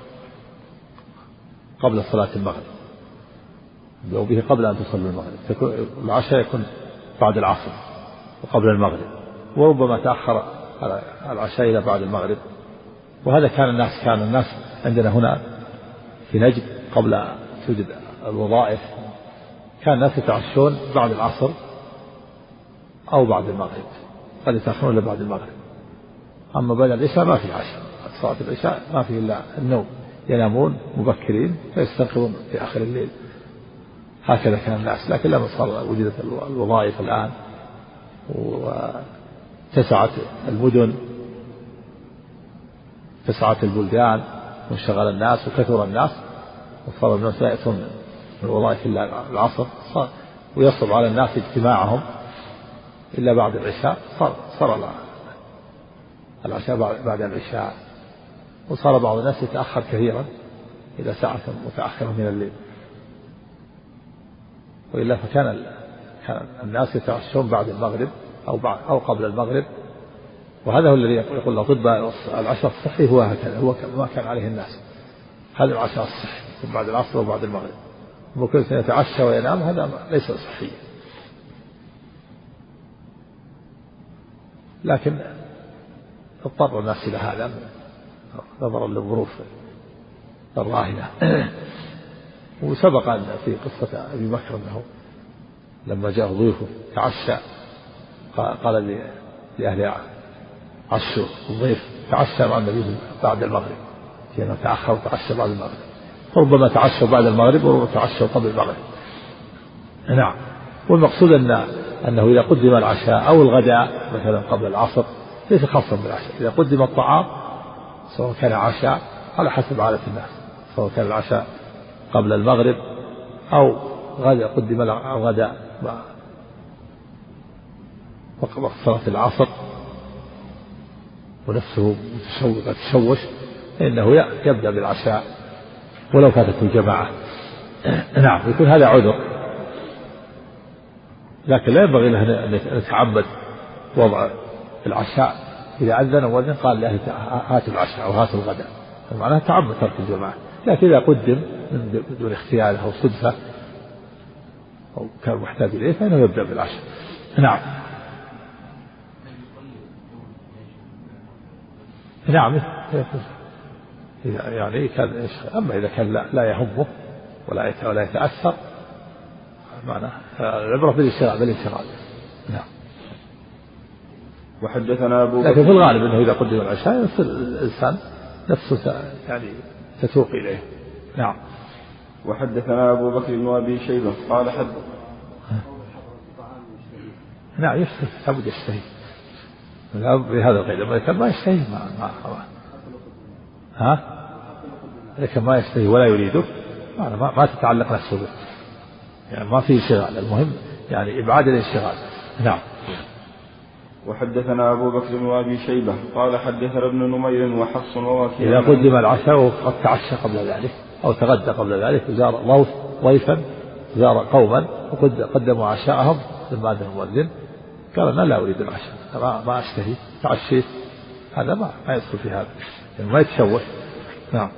قبل صلاة المغرب، يبدأوا به قبل أن تصلوا المغرب. العشاء يكون بعد العصر وقبل المغرب، وربما تأخر العشاء إلى بعد المغرب. وهذا كان الناس عندنا هنا في نجد قبل توجد الوظائف كان الناس يتعشون بعد العصر أو بعد المغرب، قد يتأخرون إلى بعد المغرب. أما بعد العشاء ما في عشاء، صلاة العشاء ما في إلا النوم، ينامون مبكرين فيستيقظون في آخر الليل. هكذا كان الناس، لكن لما وجدت الوظائف الآن واتسعت المدن اتسعت البلدان وانشغل الناس وكثر الناس وصار الناس لا يأتون من الوظائف إلا العصر، ويصعب على الناس اجتماعهم إلا بعد العشاء. صار العشاء بعد العشاء، وصار بعض الناس يتأخر كثيرا إلى ساعة متأخرة من الليل. وإلا فكان الناس يتعشون بعد المغرب أو قبل المغرب. وهذا هو الذي يقول الأطباء العشاء الصحي هو هكذا، هو ما كان عليه الناس. هذا العشاء الصحي بعد العصر وبعد المغرب. وكل سنة يتعشى وينام هذا ليس صحيا. لكن اضطر الناس إلى هذا نظرا للظروف الراهنة. وسبق أن في قصة أبي بكر أنه لما جاء ضيوفه تعشى قال لأهل عشوا الضيف تعشى مع النبي بعد المغرب، لأنه تأخر وتعشى بعد المغرب. ربما تعشوا بعد المغرب وربما تعشوا قبل المغرب. نعم. والمقصود أنه إذا قدم العشاء أو الغداء مثلا قبل العصر ليس خاصا بالعشاء. إذا قدم الطعام سواء كان عشاء على حسب عادة الناس، سواء كان العشاء قبل المغرب أو غداء قدم الغداء وقت صلاة العصر ونفسه تشوش فإنه يبدأ بالعشاء ولو فاتته الجماعة. نعم، يكون هذا عذر، لكن لا ينبغي له أن نتعمد وضع العشاء. إذا أذن وأذن قال له هاتوا العشاء أو هاتوا الغداء، معناها تعمد ترك الجماعة. لكن إذا قدم بدون اختياره أو صدفة أو كان محتاج إليه فإنه يبدأ بالعشاء. نعم. نعم، يعني كان. أما إذا كان لا يهمه ولا يتأثر معناه العبرة بالانشغال. نعم. وحدثنا أبو بكر. لكن في الغالب أنه إذا قدم العشاء يصير الإنسان نفسه يعني تتوق إليه. نعم. وحدثنا أبو بكر بن أبي شيبة قال نعم، يشتهي لابد يشتهي بهذا القيد. أما كان ما يشتهي لكن ما يشتهي ولا يريده ما تتعلق نفسه به، يعني ما فيه انشغال. المهم يعني إبعاد الانشغال. نعم. وحدثنا أبو بكر بن أبي شيبة قال حدثنا ابن نمير وحفص ووكيع. إذا قدم العشاء وقد تعشى قبل ذلك أو تغدى قبل ذلك وزار ضيفا زار قوما وقدموا عشاءهم ثم أذن المؤذن قال أنا لا أريد العشاء ما أشتهي تعشيت، هذا ما يدخل في هذا يعني ما يتشوش. نعم.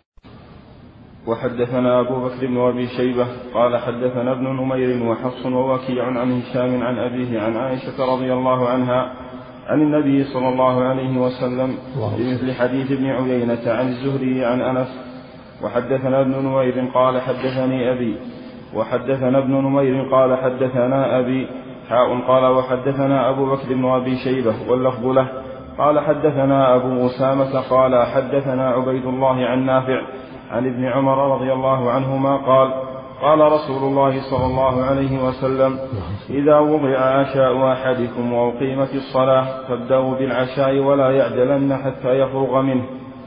وحدثنا أبو بكر بن أبي شيبة قال حدثنا ابن نمير وحفص ووكيع عن هشام عن أبيه عن عائشة رضي الله عنها عن النبي صلى الله عليه وسلم بمثل حديث ابن عيينة عن الزهري عن أنس. وحدثنا ابن نمير قال حدثني أبي وحدثنا ابن نمير قال حدثنا أبي قال وحدثنا أبو بكر بن أبي شيبة واللفظ له قال حدثنا أبو أسامة قال حدثنا عبيد الله عن نافع عن ابن عمر رضي الله عنهما قال قال رسول الله صلى الله عليه وسلم إذا وضع عشاء أحدكم وأقيمت الصلاة فابدأوا بالعشاء ولا يعجلن حتى يفرغ منه.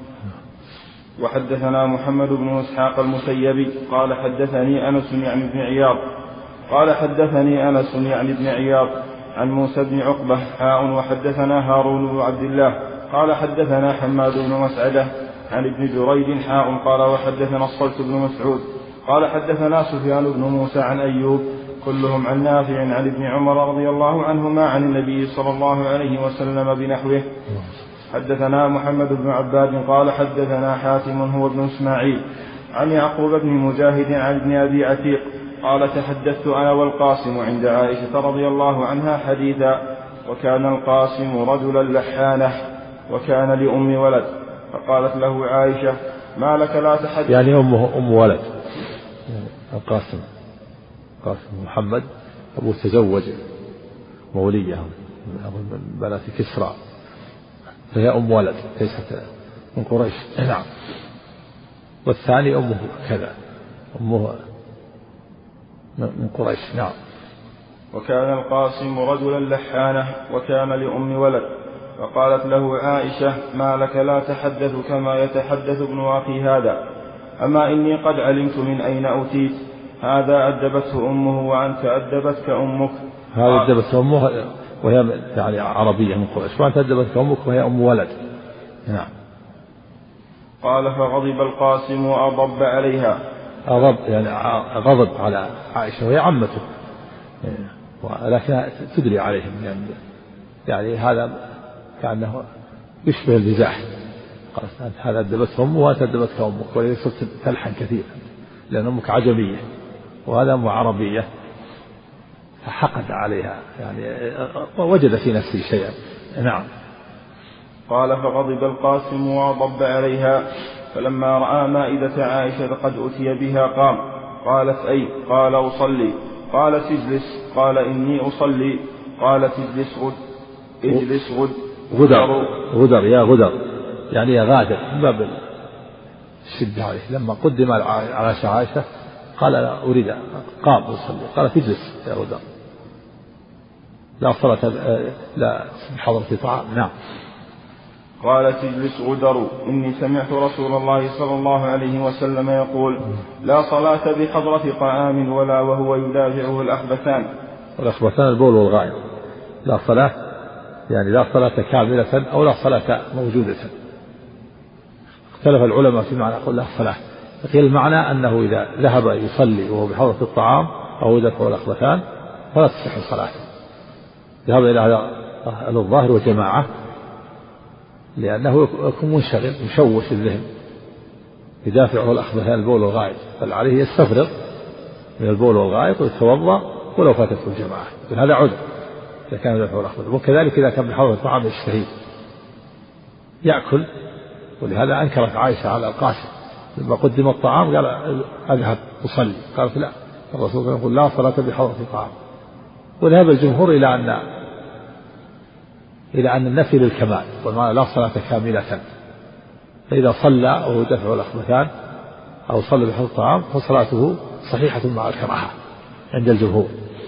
وحدثنا محمد بن إسحاق المسيبي قال حدثني أنس يعني ابن عياض قال حدثني أنس يعني ابن عياض عن موسى بن عقبة وحدثنا هارون بن عبد الله قال حدثنا حماد بن مسعدة عن ابن جريج قال وحدثنا الصلت بن مسعود قال حدثنا سفيان بن موسى عن أيوب كلهم عن نافع عن ابن عمر رضي الله عنهما عن النبي صلى الله عليه وسلم بنحوه. حدثنا محمد بن عباد قال حدثنا حاتم هو ابن إسماعيل عن يعقوب بن مجاهد عن ابن أبي عتيق قال تحدثت أنا والقاسم عند عائشة رضي الله عنها حديثا وكان القاسم رجلا لحانه وكان لأم ولد فقالت له عائشة ما لك لا تحدث يعني أم ولد القاسم محمد أبو تزوج مولية من بنات كسرى فهي أم ولد ليست من قريش. نعم. والثاني أمه كذا أمه من قريش. نعم. وكان القاسم رجلا لحانه وكان لأم ولد فقالت له عائشة ما لك لا تحدث كما يتحدث ابن أخي هذا أما إني قد علمت من أين أوتيت هذا أدبته أمه وأنت أدبتك أمك. هذا أدبته أمه وهي يعني عربية من قريش وأنت أدبتك أمك وهي أم ولد. نعم. قال فغضب القاسم وأضب عليها. أضب يعني غضب على عائشة وهي عمته ولكن تدري عليهم يعني هذا كأنه يشبه المزاح. قالت هذا أدبته أمه وأنت أدبتك أمك وليست تلحن كثيرا لأن أمك عجمية وهذا أم عربية فحقد عليها يعني وجد في نفسه شيئا. نعم. قال فغضب القاسم وضب عليها فلما رأى مائدة عائشة قد أتي بها قام. قالت أي؟ قال أصلي. قالت اجلس. قال إني أصلي. قالت اجلس غدر يا غدر يعني يا غادر من باب الشدة عليه. لما قدم على عائشة قال لا أريد قام أصلي. قالت اجلس يا غدر لا صلاة لا بحضرة طعام. نعم. قالت اجلس غدر إني سمعت رسول الله صلى الله عليه وسلم يقول لا صلاة بحضرة طعام ولا وهو يدافعه الأخبثان. والأخبثان البول والغائط. لا صلاة يعني لا صلاة كاملة أو لا صلاة موجودة. اختلف العلماء في معنى قول لا صلاة. فقيل المعنى أنه إذا ذهب يصلي وهو بحضرة الطعام أو يدافع الأخبثان فلا تصح صلاته. ذهب إلى أهل الظاهر وجماعة لأنه يكون منشغل مشوش الذهن يدافعه الأخبثان البول والغائط فعليه يستفرغ من البول والغائط ويتوضأ ولو فاتته الجماعة. هذا عذر إذا كان يدافعه الأخبثان. وكذلك إذا كان بحضرة الطعام يشتهي يأكل. ولهذا أنكرت عائشة على القاسم لما قدم الطعام قال أذهب أصلي. قالت لا الرسول يقول لا صلاة بحضرة الطعام. وذهب الجمهور إلى أن النفي للكمال والمعنى لا صلاة كاملة. فإذا صلى أو دفع الأخبثان أو صلى بحضرة الطعام فصلاته صحيحة مع الكراهة عند الجمهور.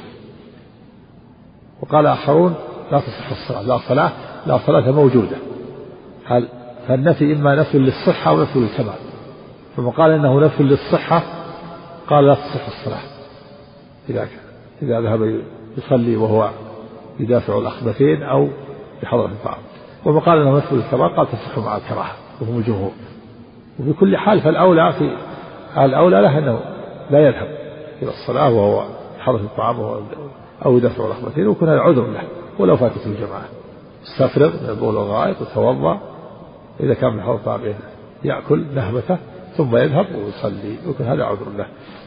وقال آخرون لا تصح الصلاة لا صلاة موجودة. فالنفي إما نفي للصحة أو نفي للكمال. ثم قال إنه نفي للصحة قال لا تصح الصلاة إذا ذهب يصلي وهو يدافع الأخبثين أو بحضرة الطعام. وما قال أنه مثل الكراهة قال تصح مع الكراهة وهم الجمهور. وفي كل حال فالأولى له أنه لا يذهب إلى الصلاة وهو بحضرة الطعام أو يدافع الأخبثين، ويكون هذا عذر له ولو فاتته الجماعة. استفرغ من البول والغائط وتوضأ إذا كان بحضرة الطعام يأكل نهبته ثم يذهب ويصلي، ويكون هذا عذر له،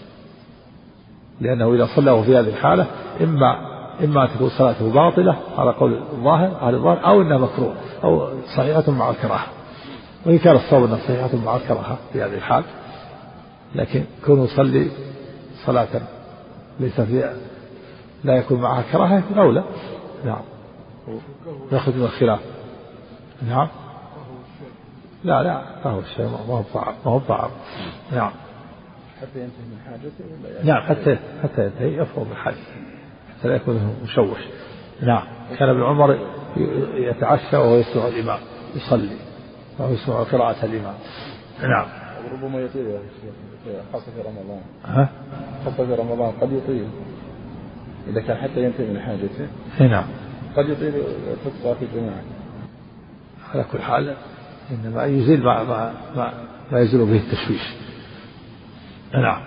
لأنه إذا صلى في هذه الحالة إما أن تكون صلاته باطلة على قول الظاهر أو أنها مكروه أو صحيحة مع الكراهة. وإن كان الصواب أنها صحيحة مع الكراهة في هذه الحال، لكن كونه يصلي صلاة ليس فيها لا يكون معها كراهة يكون أولى. نعم، يأخذ من الخلاف. نعم، لا فهو الشيء ما هو طعام. نعم، حتى ينتهي من حاجته. نعم، حتى ينتهي يفرغ من حاجته حتى لا يكون مشوش. نعم، كان ابن عمر يتعشى وهو يسمع الإمام يصلي وهو يسمع قراءة الإمام. نعم، ربما يطيل خاصة في رمضان. خاصة في رمضان قد يطيل إذا كان حتى ينتهي من حاجته. نعم، قد يطيل في الصلاة الجماعة. على كل حال إنما يزيل ما يزيل به التشويش. نعم،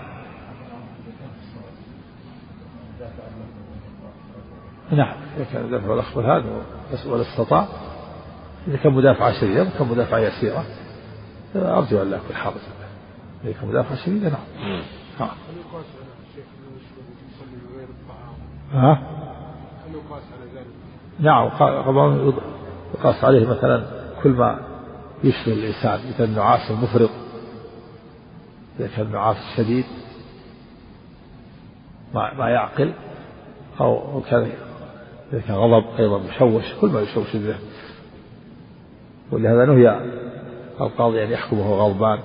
إذا كان دافع الأخبر هذا ولا استطاع، إذا كان مدافع شديدا كان مدافع يسيرة أرجو أن لا أكون حافظ. إذا كان مدافع شديدا نعم. نعم، يقاس عليه مثلا كل ما يشغل الإنسان، مثل النعاس المفرط إذا كان النعاس شديد ما يعقل، أو كان إذا كان غضب أيضا مشوش، كل ما يشوش الذهن. ولهذا نهي القاضي أن يحكم وهو غضبان،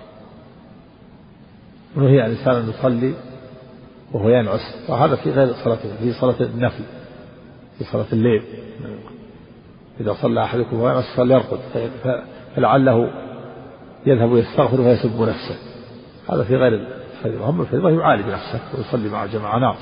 ونهي الإنسان أن يصلي وهو ينعس، وهذا في غير صلاته، في صلاة النفل، في صلاة الليل. إذا صلى أحدكم وهو ينعس فليرقد فلعله يذهب يستغفر فيسب نفسه، هذا في غير الفريضة. هم الفريضة يعالج نفسه ويصلي مع الجماعة. نعم.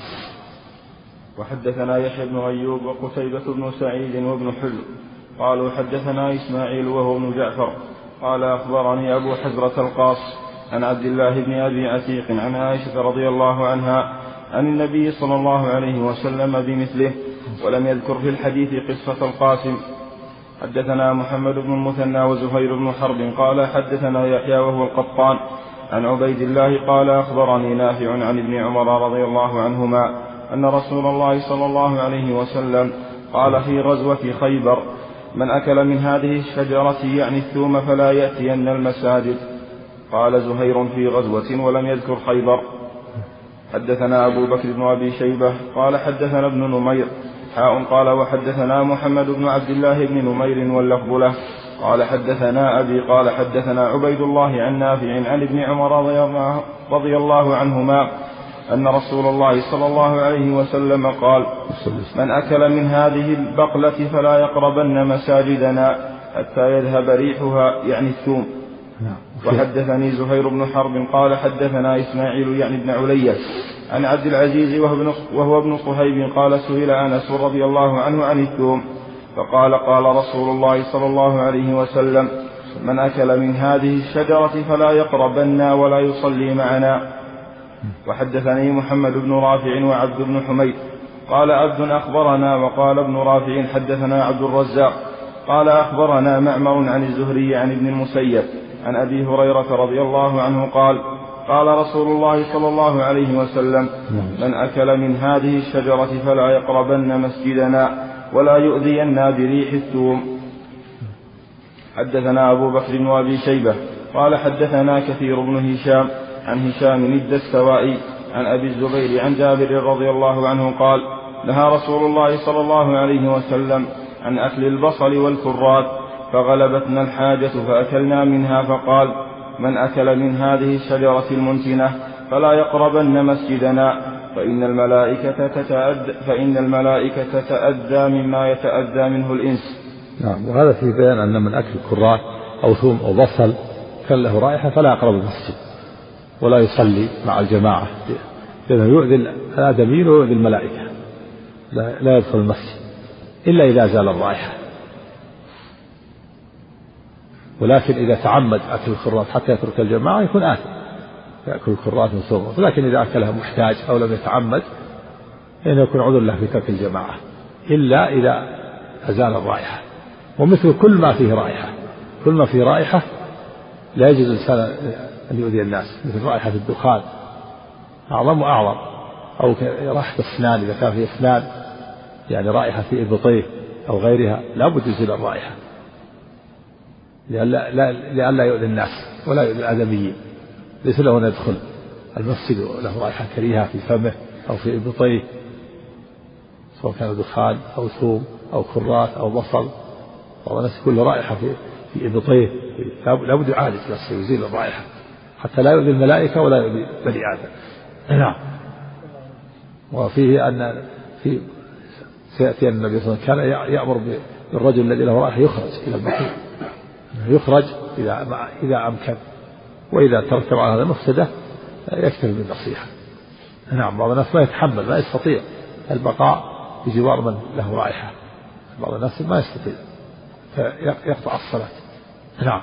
وحدثنا يحيى بن أيوب وقتيبة بن سعيد وابن حلو قالوا حدثنا إسماعيل وهو ابن جعفر قال أخبرني أبو حزرة القاص عن عبد الله بن أبي عتيق عن عائشة رضي الله عنها عن النبي صلى الله عليه وسلم بمثله، ولم يذكر في الحديث قصة القاسم. حدثنا محمد بن المثنى وزهير بن حرب قال حدثنا يحيى وهو القطان عن عبيد الله قال أخبرني نافع عن ابن عمر رضي الله عنهما أن رسول الله صلى الله عليه وسلم قال في غزوة خيبر: من أكل من هذه الشجرة يعني الثوم فلا يأتين المساجد. قال زهير في غزوة ولم يذكر خيبر. حدثنا أبو بكر بن أبي شيبة قال حدثنا ابن نمير قال وحدثنا محمد بن عبد الله بن نمير واللفظ له قال حدثنا أبي قال حدثنا عبيد الله عن نافع عن ابن عمر رضي الله عنهما أن رسول الله صلى الله عليه وسلم قال: من أكل من هذه البقلة فلا يقربن مساجدنا حتى يذهب ريحها يعني الثوم. وحدثني زهير بن حرب قال حدثنا إسماعيل يعني ابن علية عن عبد العزيز وهو ابن صهيب قال: سئل أنس رضي الله عنه عن الثوم فقال: قال رسول الله صلى الله عليه وسلم: من أكل من هذه الشجرة فلا يقربنا ولا يصلي معنا. وحدثني محمد بن رافع وعبد بن حميد قال عبد أخبرنا وقال ابن رافع حدثنا عبد الرزاق قال أخبرنا معمر عن الزهري عن ابن المسيب عن أبي هريرة رضي الله عنه قال: قال رسول الله صلى الله عليه وسلم: من أكل من هذه الشجرة فلا يقربن مسجدنا ولا يؤذينا بريح الثوم. حدثنا أبو بكر بن أبي شيبة قال حدثنا كثير بن هشام عن هشام الدستوائي عن أبي الزبير عن جابر رضي الله عنه قال: نهى رسول الله صلى الله عليه وسلم عن أكل البصل والكرات فغلبتنا الحاجة فأكلنا منها فقال: من أكل من هذه الشجرة المنتنة فلا يقربن مسجدنا فإن الملائكة تتأذى مما يتأذى منه الإنس. نعم. وهذا في بيان أن من أكل كرات أو ثوم أو بصل كان له رائحة فلا يقرب المسجد ولا يصلي مع الجماعة، لأنه يؤذي الآدميين ويؤذي الملائكة، لا يدخل المسجد. إلا إذا زال الرائحة. ولكن إذا تعمد أكل الكرات حتى يترك الجماعة يكون آثم، يأكل الكرات من ثوبه. لكن إذا أكلها محتاج أو لم يتعمد فإنه يكون عذر له في ترك الجماعة إلا إذا أزال الرائحة. ومثل كل ما فيه رائحة، كل ما فيه رائحة لا يجوز الإنسان أن يؤذي الناس، مثل رائحة الدخان أعظم وأعظم، أو رائحة الأسنان إذا كان فيه أسنان يعني رائحة في إبطيه أو غيرها لا بد يزيل الرائحة لئلا يؤذي الناس ولا يؤذي الآدميين. ليس له أن يدخل المسجد وله رائحة كريهة في فمه أو في إبطيه، سواء كان دخان أو ثوم أو كرات أو بصل، والناس كل رائحة في إبطيه لا بد يعالج نفسه ويزيل الرائحة حتى لا يؤذي الملائكة ولا يؤذي بني آدم. نعم. وفيه أن سيأتي النبي صلى الله عليه وسلم كان يأمر بالرجل الذي له رائحة يخرج إلى المحيط، يخرج إذا أمكن، وإذا ترتب على هذا المفسدة يكتفي بالنصيحة. نعم. بعض الناس ما يتحمل، ما يستطيع البقاء بجوار من له رائحة، بعض الناس ما يستطيع فيقطع الصلاة. نعم.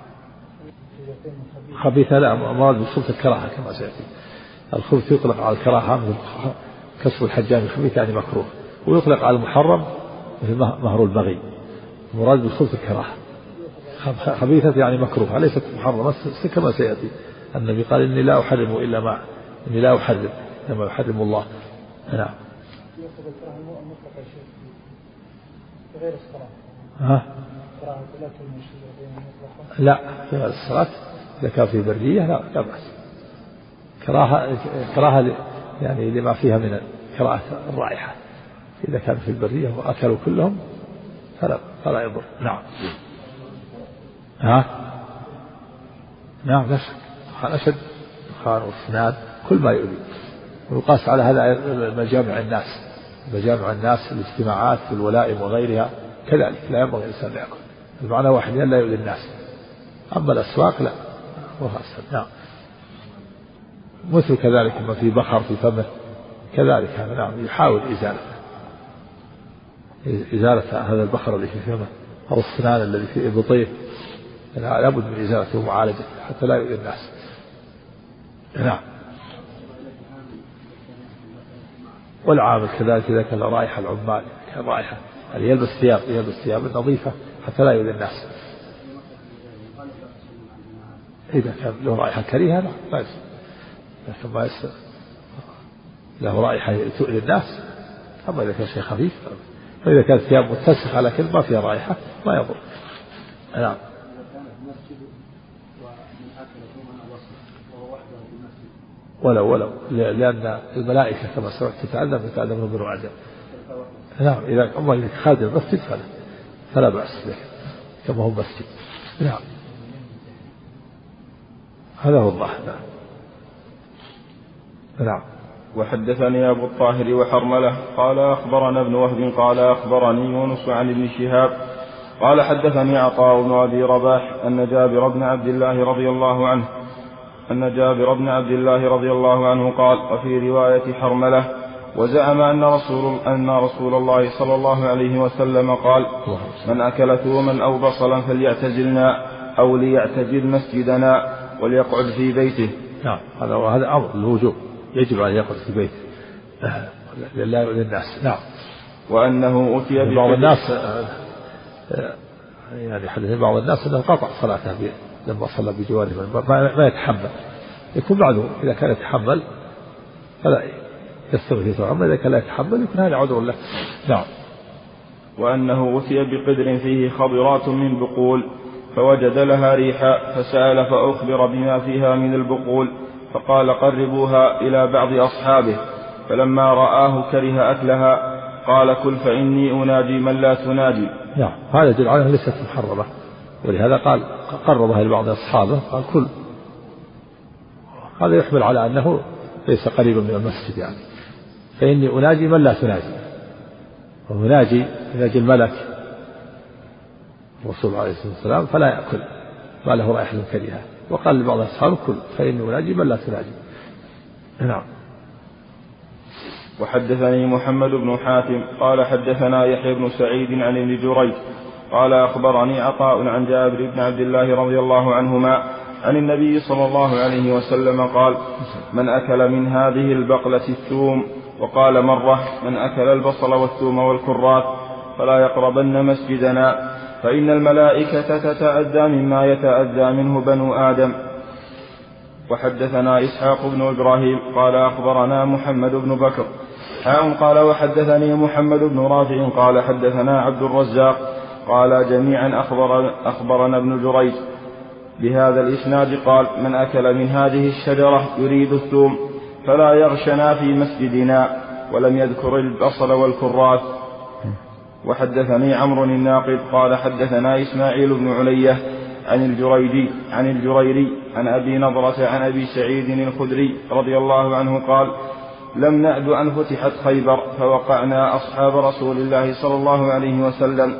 خبيثة لا مراد بالخبث الكراهة كما سيأتي. الخبث يطلق على الكراهة مثل كسر الحجام الخبيث يعني مكروه، ويطلق على المحرم مثل مهر البغي. مراد بالخبث الكراهة. خبيثة يعني مكروه ليست محرمة كما سيأتي. النبي قال إني لا أحرم إلا ما إني لا أحرم إنما يحرم الله. نعم. لا في الصلاة إذا كان في برية لا بأس. كراهة يعني لما فيها من كراهة الرائحة. إذا كان في البرية وأكلوا كلهم فلا يضر. نعم. نعم لا شك. دخان أشد، دخان والسناد كل ما يؤذي. ويقاس على هذا مجامع الناس الاجتماعات في الولائم وغيرها كذلك لا ينبغي الإنسان يأكل. المعنى واحد لا يؤذي الناس. أما الأسواق لا وهذا. نعم. مثل كذلك ما في بخر في فمه كذلك هذا. نعم. يحاول إزالة هذا البخر الذي في فمه أو السنان الذي في إبطيه لابد من إزالته ومعالجته حتى لا يؤذي الناس. نعم. والعامل كذلك إذا كان رائحة العمال كان رائحة يعني يلبس ثياب نظيفة حتى لا يؤذي الناس. إذا كان له رائحة كريهة لا يصير، لكن ما يصير له رائحة تؤذي الناس. أما إذا كان شيء خفيف، فإذا كانت ثياب متسخة لكن ما فيها رائحة ما يضر. نعم. ولو لأن الملائكة كما سمعت تتعلم من بنو آدم. نعم. إذا خارج المسجد فلا بأس به كما هو مسجد. نعم. هذا هو الله. نعم. وحدثني أبو الطاهر وحرملة قال أخبرنا ابن وهب قال أخبرني يونس عن ابن شهاب قال حدثني عطاء بن أبي رباح أن جابر بن عبد الله رضي الله عنه قال وفي رواية حرملة وزعم أن رسول الله صلى الله عليه وسلم قال من أكل ثوما أو بصلا فليعتزلنا أو ليعتزل مسجدنا وليقعد في بيته. نعم. هذا أمر الوجوب، يجب أن يقعد في بيته لا يؤذي الناس. نعم. وأنه أتي بعض الناس يعني حدث بعض الناس أنه قطع صلاته لما صلى بجواره ما يتحمل، يكون بعده إذا كان يتحمل فلا يستمر في صلاته، أما إذا كان لا يتحمل يكون هذا عذر له. نعم. وأنه أتي بقدر فيه خضرات من بقول فوجد لها ريحا فسأل فأخبر بما فيها من البقول فقال قربوها إلى بعض أصحابه، فلما رآه كره أكلها قال كل فإني أناجي من لا تناجي. نعم. هذا يدل على أنها ليست محرمة، ولهذا قال قربها لبعض أصحابه قال كل. هذا يحمل على أنه ليس قريبا من المسجد يعني. فإني أناجي من لا تناجي، ويناجي الملك الرسول عليه الصلاة والسلام فلا يأكل ما له رائحة كريهة. وقال لبعض أصحابه كل فإني أناجي من لا تناجي. نعم. وحدثني محمد بن حاتم قال حدثنا يحيى بن سعيد عن ابن جريج قال أخبرني عطاء عن جابر بن عبد الله رضي الله عنهما عن النبي صلى الله عليه وسلم قال: من أكل من هذه البقلة الثوم، وقال مرة: من أكل البصل والثوم والكراث فلا يقربن مسجدنا، فإن الملائكة تتأذى مما يتأذى منه بنو آدم. وحدثنا إسحاق بن إبراهيم قال أخبرنا محمد بن بكر قال وحدثني محمد بن رافع قال حدثنا عبد الرزاق قال جميعا أخبرنا ابن جريج بهذا الإسناد قال: من أكل من هذه الشجرة يريد الثوم فلا يغشنا في مسجدنا، ولم يذكر البصل والكراث. وحدثني عمرو الناقد قال حدثنا إسماعيل بن علية عن الجريري عن أبي نضرة عن أبي سعيد الخدري رضي الله عنه قال: لم نعد أن فتحت خيبر فوقعنا أصحاب رسول الله صلى الله عليه وسلم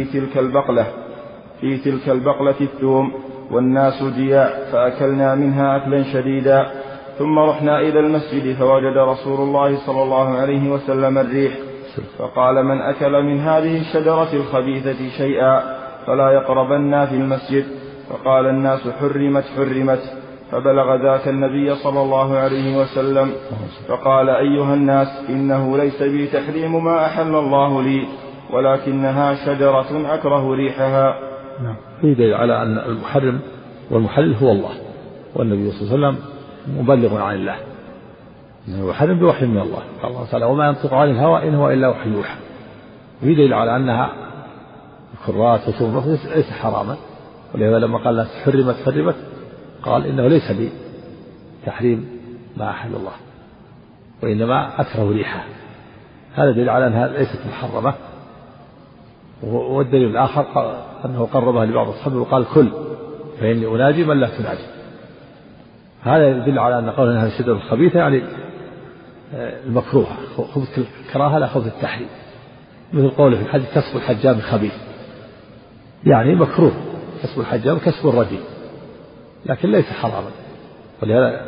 في تلك البقلة الثوم والناس جياع، فأكلنا منها أكلا شديدا، ثم رحنا إلى المسجد فوجد رسول الله صلى الله عليه وسلم الريح، فقال: من أكل من هذه الشجرة الخبيثة شيئا فلا يقربن في المسجد. فقال الناس: حرمت. فبلغ ذاك النبي صلى الله عليه وسلم فقال: أيها الناس، إنه ليس بي تحريم ما أحل الله لي، ولكنها شجرة أكره ريحها. في دليل على أن المحرم والمحلل هو الله، والنبي صلى الله عليه وسلم مبلغ عن الله، إنه يحرم بوحي من الله، قال الله تعالى: وما ينطق عن الهوى إن هو إلا وحي يوحى. في دليل على أنها الكراث وثوم ليس حراما، ولهذا لما قال الناس حرمت قال: إنه ليس لي تحريم ما أحل الله، وإنما أكره ريحها. هذا دليل على أنها ليست محرمة. والدليل الآخر أنه قربها لبعض أصحابه وقال: كل فإني أناجي من لا تناجي. هذا يدل على أن قول أنها الشجرة الخبيثة يعني المكروهة، خبث الكراهة لا خبث التحريم، مثل قوله في الحج: كسب الحجام الخبيث، يعني مكروه كسب الحجام كسب الرديء، لكن ليس حراما. ولهذا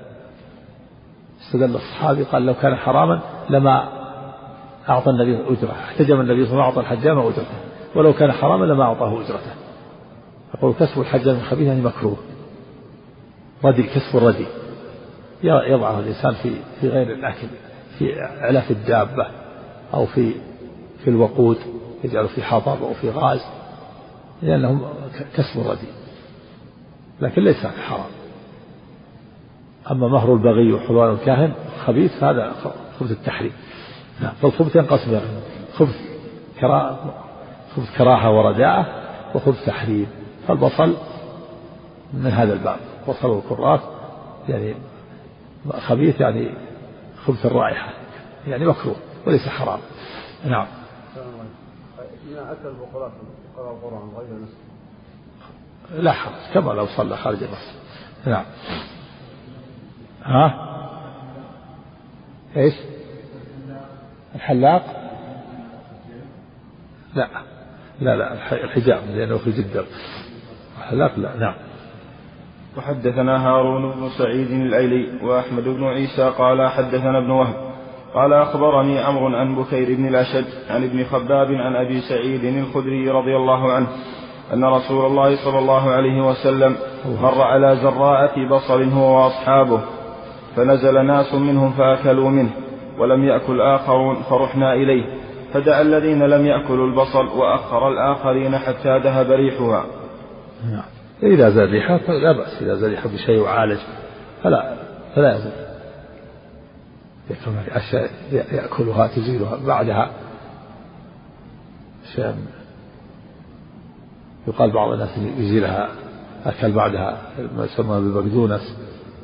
استدل الصحابي قال: لو كان حراما لما أعطى النبي أجرة، احتجم النبي صلى الله عليه وسلم أعطى الحجام أجرته، ولو كان حراما لما أعطاه أجرته. يقول: كسب الحجام الخبيث يعني مكروه، ردي كسب الردي يضعه الإنسان في غير الأكل، في علف الدابة أو في الوقود، يجعله في حطب أو في غاز، لأنهم كسب الردي، لكن ليس حرام. أما مهر البغي وحلوان الكاهن خبيث، هذا خبث التحريم. فالخبث ينقسم: خبث كراهة ورداءة، وخبث تحريم. فالبصل من هذا الباب، بصل والكراث يعني خبيث، يعني خبث الرائحة، يعني مكروه وليس حرام. نعم. إذا أكل البقلاء قرأ القرآن غير نفسه لا حرج، كما لو صلى خارج المسجد. نعم. ايش؟ الحلاق؟ لا الحجام، لأنه في جدة. الحلاق لا. نعم. وحدثنا هارون بن سعيد الأيلي وأحمد بن عيسى قال حدثنا ابن وهب قال أخبرني عمرو عن بكير بن الأشج عن ابن خباب عن أبي سعيد الخدري رضي الله عنه أن رسول الله صلى الله عليه وسلم مر على زراعة بصل هو وأصحابه، فنزل ناس منهم فأكلوا منه، ولم يأكل آخرون، فرحنا إليه فدعا الذين لم يأكلوا البصل وأخر الآخرين حتى ذهب ريحها. إذا زاد ريحها لا بأس، إذا زاد ريحها بشيء وعالج فلا يزال. يكون أشياء يأكلها تزيلها بعدها شيء، يقال بعض الناس يزيلها أكل بعدها ما يسمى بالبقدونس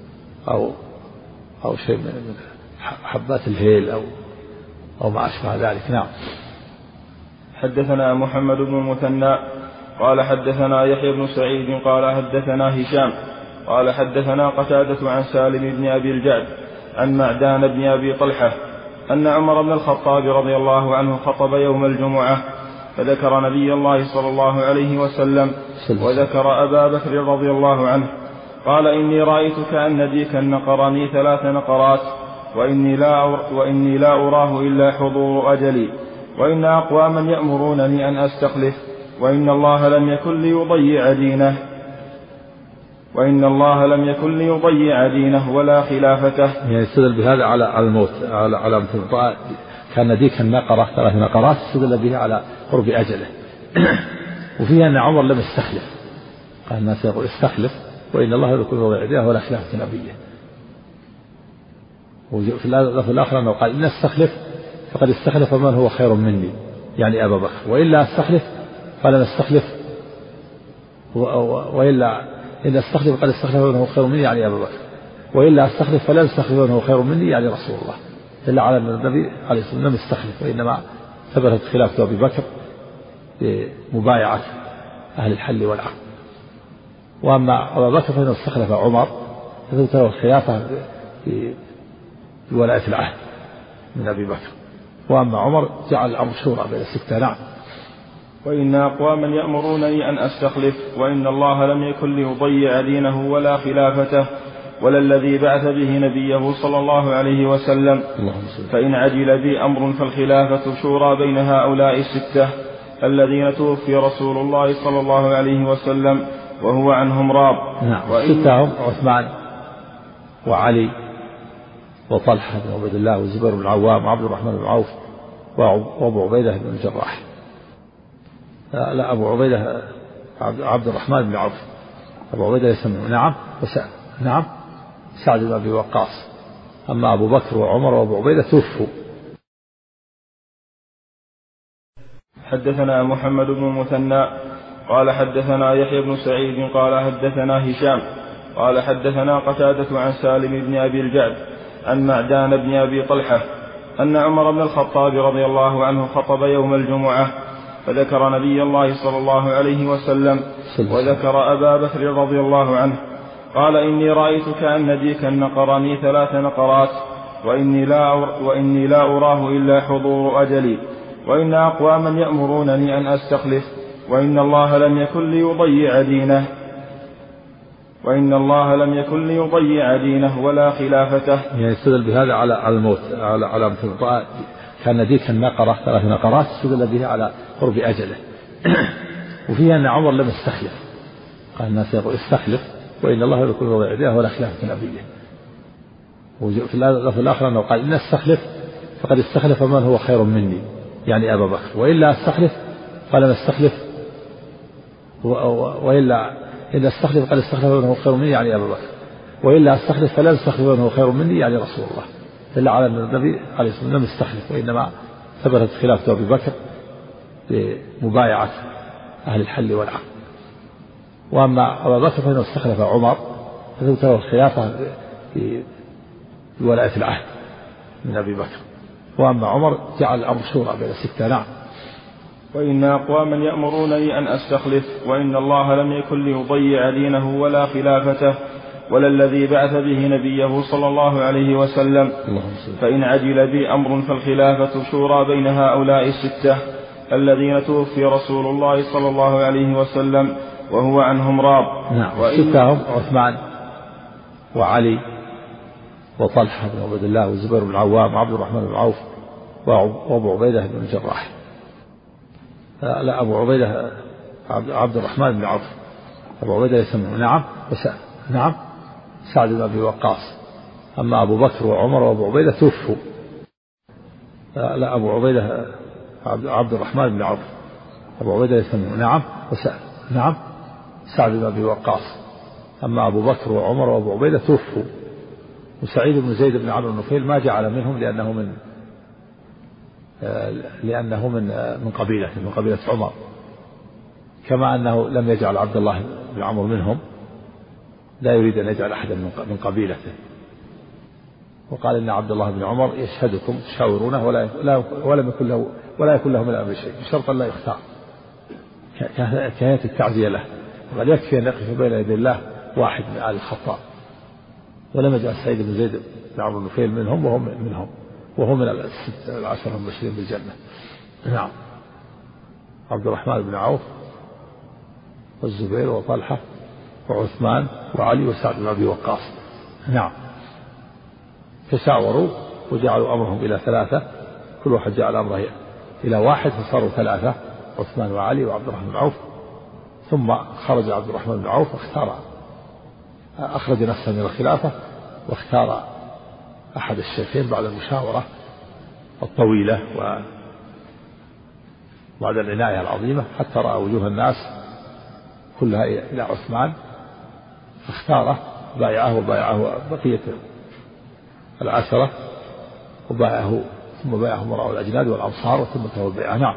أو شيء من حبات الهيل أو ما أشبه ذلك. نعم. حدثنا محمد بن المثنى قال حدثنا يحيى بن سعيد قال حدثنا هشام قال حدثنا قتادة عن سالم بن أبي الجعد عن معدان بن أبي طلحة أن عمر بن الخطاب رضي الله عنه خطب يوم الجمعة، فذكر نبي الله صلى الله عليه وسلم وذكر أبا بكر رضي الله عنه، قال: إني رأيت كأن ديكا نقرني 3 نقرات، وإني لا أراه إلا حضور أجلي وإن أقواما يأمرونني أن أستخلف وإن الله لم يكن ليضيع دينه ولا خلافته. يعني يستدل بهذا على الموت، على مثل كان ديك النقرة 3 نقرات، استدل به على قرب أجله. وفيها أن عمر لم يستخلف، قال الناس يقول استخلف وإن الله يكون ليضيع دينه ولا خلافة نبيه. وفي اللفظ الآخر أنه قال إن استخلف فقد استخلف من هو خير مني، يعني أبا بكر، وإلا استخلف فلن استخلف، وإلا إن استخلف فقد استخلف من هو خير مني، يعني أبا بكر، وإلا استخلف فلن استخلف من هو خير مني، يعني رسول الله. دل على أن النبي عليه الصلاة والسلام لم يستخلف، وإنما ثبتت خلافة أبي بكر بمبايعة أهل الحل والعقد. وأما أبا بكر فإنه استخلف عمر فثبت له الخلافة بولاية العهد من أبي بكر. وأما عمر جعل الأمر شورى بين الستة. نعم. وإن أقواما يأمرونني أن أستخلف وإن الله لم يكن ليضيع دينه ولا خلافته ولا الذي بعث به نبيه صلى الله عليه وسلم، فإن عجل بي أمر فالخلافة شورى بين هؤلاء الستة الذين توفي رسول الله صلى الله عليه وسلم وهو عنهم راض. نعم. الستة هم عثمان وعلي وطلحة بن عبيد الله والزبير بن العوام وعبد الرحمن بن عوف وأبو عبيدة بن الجراح. لا، أبو عبيدة عبد الرحمن بن عوف، أبو عبيدة يسمونه. نعم. نعم، سعد بن أبي وقاص. أما أبو بكر وعمر وأبو عبيدة توفوا. حدثنا محمد بن المثنى قال حدثنا يحيى بن سعيد قال حدثنا هشام قال حدثنا قتادة عن سالم بن أبي الجعد عن معدان بن أبي طلحة أن عمر بن الخطاب رضي الله عنه خطب يوم الجمعة فذكر نبي الله صلى الله عليه وسلم وذكر أبا بكر رضي الله عنه، قال إني رأيت كأن ديكا نقرني 3 نقرات وإني لا أراه إلا حضور أجلي وإن أقواما يأمرونني أن أستخلف وإن الله لم يكن ليضيع دينه ولا خلافته. يعني يستدل بهذا على الموت، على مثل كان ديك النقرة 3 نقرات، استدل به على قرب أجله. وفيها أن عمر لم يستخلف، قال الناس يقول استخلف وإن الله يكون ليضيع دينه ولا خلافة نبيه. وفي اللفظ الآخر أنه قال إن استخلف فقد استخلف من هو خير مني، يعني أبا بكر، وإلا استخلف فلن استخلف، وإلا إن استخلف فقد استخلف من هو خير مني، يعني أبا بكر، وإلا استخلف فلن استخلف من هو خير مني، يعني رسول الله. دل على أن النبي عليه الصلاة والسلام لم يستخلف، وإنما ثبتت خلافة أبي بكر بمبايعة أهل الحل والعقد. وأما أبا بكر فإنه استخلف عمر فثبت له الخلافة بولاية العهد من أبي بكر. وأما عمر جعل الأمر شورى بين الستة. نعم. وإن أقواما يأمرونني أن أستخلف وإن الله لم يكن ليضيع دينه ولا خلافته ولا الذي بعث به نبيه صلى الله عليه وسلم، فإن عجل بي أمر فالخلافة شورى بين هؤلاء الستة الذين توفي رسول الله صلى الله عليه وسلم وهو عنهم راض. نعم. الستة هم عثمان وعلي وطلحة بن عبيد الله والزبير بن العوام وعبد الرحمن بن عوف وأبو عبيدة بن الجراح. لا، أبو عبيدة عبد الرحمن بن عوف، أبو عبيدة يسمونه. نعم. نعم، سعد بن أبي وقاص. أما أبو بكر وعمر وأبو عبيدة توفوا. لا، أبو عبيدة عبد الرحمن بن عوف، أبو عبيدة يسمونه. نعم. نعم، سعد بن أبي وقاص. أما أبو بكر وعمر وأبو عبيدة توفوا. وسعيد بن زيد بن عمرو النفيل ما جعل منهم لأنه من قبيلة عمر، كما أنه لم يجعل عبد الله بن عمرو منهم، لا يريد أن يجعل أحدا من قبيلته. وقال إن عبد الله بن عمر يشهدكم تشاورونه ولا يكون له من الأمر شيء، بشرط لا يختار، كهيئة التعزية له، بل يكفي أن يقف بين يدي الله واحد من آل الخطاب. ولم يجعل سعيد بن زيد بن عمرو النفيل منهم وهم من 10 المبشرين بالجنة. نعم. عبد الرحمن بن عوف والزبير وطلحة وعثمان وعلي وسعد بن أبي وقاص. نعم. تشاوروا وجعلوا أمرهم إلى 3، كل واحد جعل أمره إلى 1 فصاروا 3، عثمان وعلي وعبد الرحمن بن عوف. ثم خرج عبد الرحمن بن عوف أخرج نفسه من الخلافة واختار أحد الشيخين بعد المشاورة الطويلة وبعد العناية العظيمة حتى رأى وجوه الناس كلها إلى عثمان، فاختاره بايعه بقية 10 وبايعه، ثم بايعه مراء الأجناد والأنصار وثم البيعة. نعم.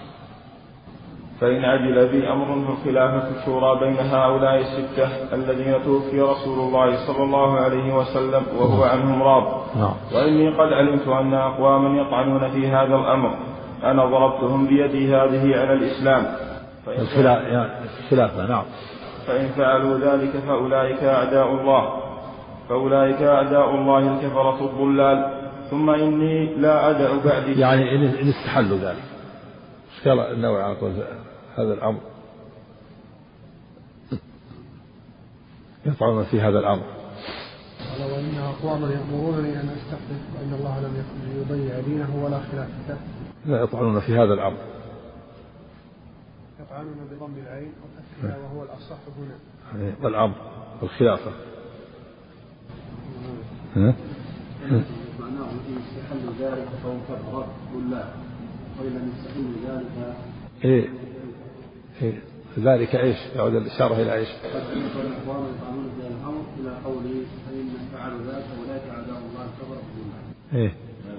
فإن عجل بي أمر فالخلافة الشورى بين هؤلاء 6 الذين توفي رسول الله صلى الله عليه وسلم وهو عنهم راض. وإني قد علمت أن أقواما يطعنون في هذا الأمر أنا ضربتهم بيدي هذه على الإسلام. الخلافة. نعم. فإن فعلوا ذلك فأولئك أعداء الله الكفرة الضلال. ثم إني لا أدع بعدي، يعني إن استحلوا ذلك. قال النووي على قول هذا الأمر يطعنون في هذا الأمر. قال وإن أقواما يأمرونني أن أستحلف وإن الله لم يكن ليضيع دينه ولا خلافته. لا يطعنون في هذا الأمر، يطعنون بضم العين وفتحها وهو الأصح هنا. والأمر والخلافة. معناه إن استحلوا ذلك فهم كفروا بالله، وإن لم يستحلوا ذلك ذلك إيش؟ يعود الإشارة إلى إيش؟ قد ينقل الأقوام يطعنون في الأمر إلى قوله فإن فعلوا ذلك أولئك أعداء الله الكفرة بالله.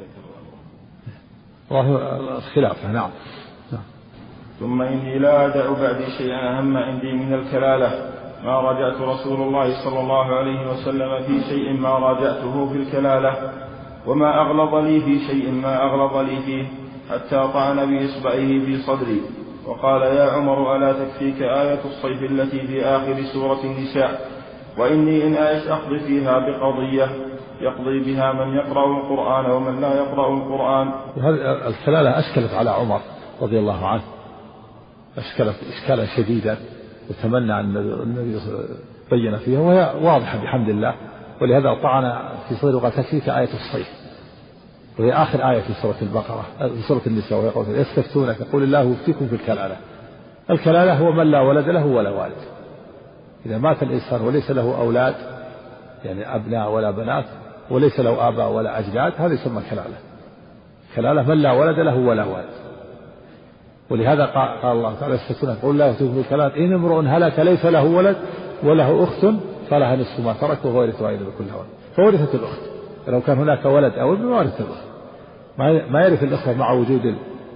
والله الخلافة. نعم. ثم إني لا أدع بعدي شيئا أهم عندي من الكلالة، ما راجعت رسول الله صلى الله عليه وسلم في شيء ما راجعته في الكلالة، وما أغلظ لي في شيء ما أغلظ لي فيه، حتى طعن بإصبعه في صدري وقال يا عمر ألا تكفيك آية الصيف التي في آخر سورة النساء، وإني إن أعش أقضي فيها بقضية يقضي بها من يقرأ القرآن ومن لا يقرأ القرآن. وهذه الكلالة أشكلت على عمر رضي الله عنه، أشكلت إشكالا شديدا، وتمنى أن النبي بين فيها وهي واضحة بحمد الله، ولهذا طعن في صدره وقال تكفيك آية الصيف، وهي آخر آية في سورة البقرة في سورة النساء، وهي قول يستفتونك قل الله يفتيكم في الكلالة. الكلالة هو من لا ولد له ولا والد، إذا مات الإنسان وليس له أولاد يعني أبناء ولا بنات وليس له آباء ولا أجداد، هذا يسمى كلالة. كلالة من لا ولد له ولا والد. ولهذا قال الله تعالى يستفتونك قل الله يفتيكم في الكلالة إن امرؤ هلك ليس له ولد وله أخت فلها نصف ما ترك وهو يرثها إن لكل ولد، فورثت الأخت. لو كان هناك ولد أو ابن وارث الأخت، ما يرث الأخوة مع وجود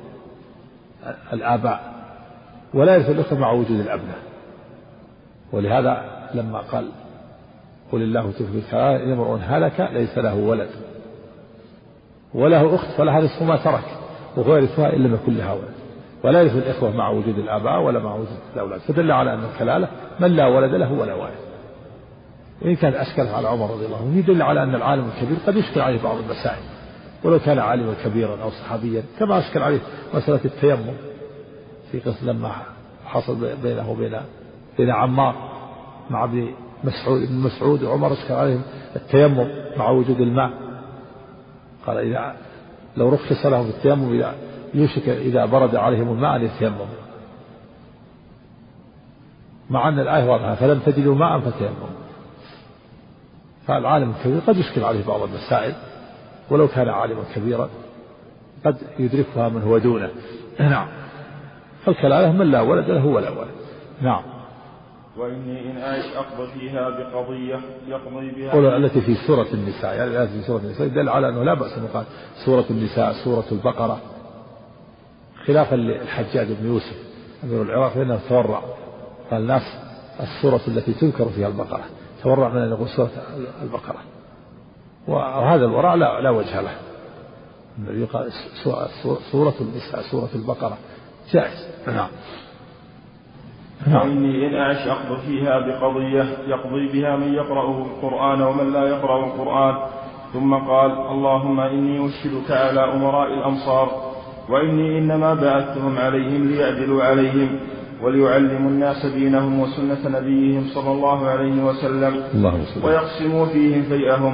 الآباء، ولا يرث الأخوة مع وجود الأبناء. ولهذا لما قال قل الله يفتيكم في الكلالة إن امرؤ هلك ليس له ولد وله أخت فلها نصف ما ترك وهو يرثها إن لم يكن لها ولد، ولا يرث الإخوة مع وجود الآباء ولا مع وجود الأولاد. فدل على أن الكلالة من لا ولد له ولا وارث. وإن كان أشكل على عمر رضي الله عنه يدل على أن العالم الكبير قد يشكل عليه بعض المسائل ولو كان عالما كبيرا أو صحابيا، كما أشكل عليه مسألة التيمم في قصة لما حصل بينه وبين عمار مع ابن مسعود وعمر، أشكل عليهم التيمم مع وجود الماء، قال إذا لو رخص لهم التيمم يوشك إذا برد عليهم الماء أن يتيمموا، مع أن الآية واضحة فلم تجدوا ماء فتيمموا. فالعالم الكبير قد يشكل عليه بعض المسائل ولو كان عالما كبيرا قد يدركها من هو دونه. نعم. فالكلالة من لا ولد له ولا ولد. نعم. وإني إن أعش أقضي فيها بقضية يقضي بها التي في سورة النساء، يعني الآية في سورة النساء دل على أنه لا بأس أن يقال سورة النساء سورة البقرة، خلافا للحجاج بن يوسف أمير العراق فإنه تورع، قال الناس السورة التي تذكر فيها البقرة، تورع من أن يقول سورة البقرة، وهذا الورع لا وجه له. يقال سورة النساء سورة البقرة جائز. نعم. وإني إن أعش أقضي فيها بقضية يقضي بها من يقرأ القرآن ومن لا يقرأ القرآن. ثم قال اللهم إني أشهدك على أمراء الأمصار، وإني إنما بعثتهم عليهم ليعدلوا عليهم وليعلموا الناس دينهم وسنة نبيهم صلى الله عليه وسلم ويقسموا فيهم فيئهم،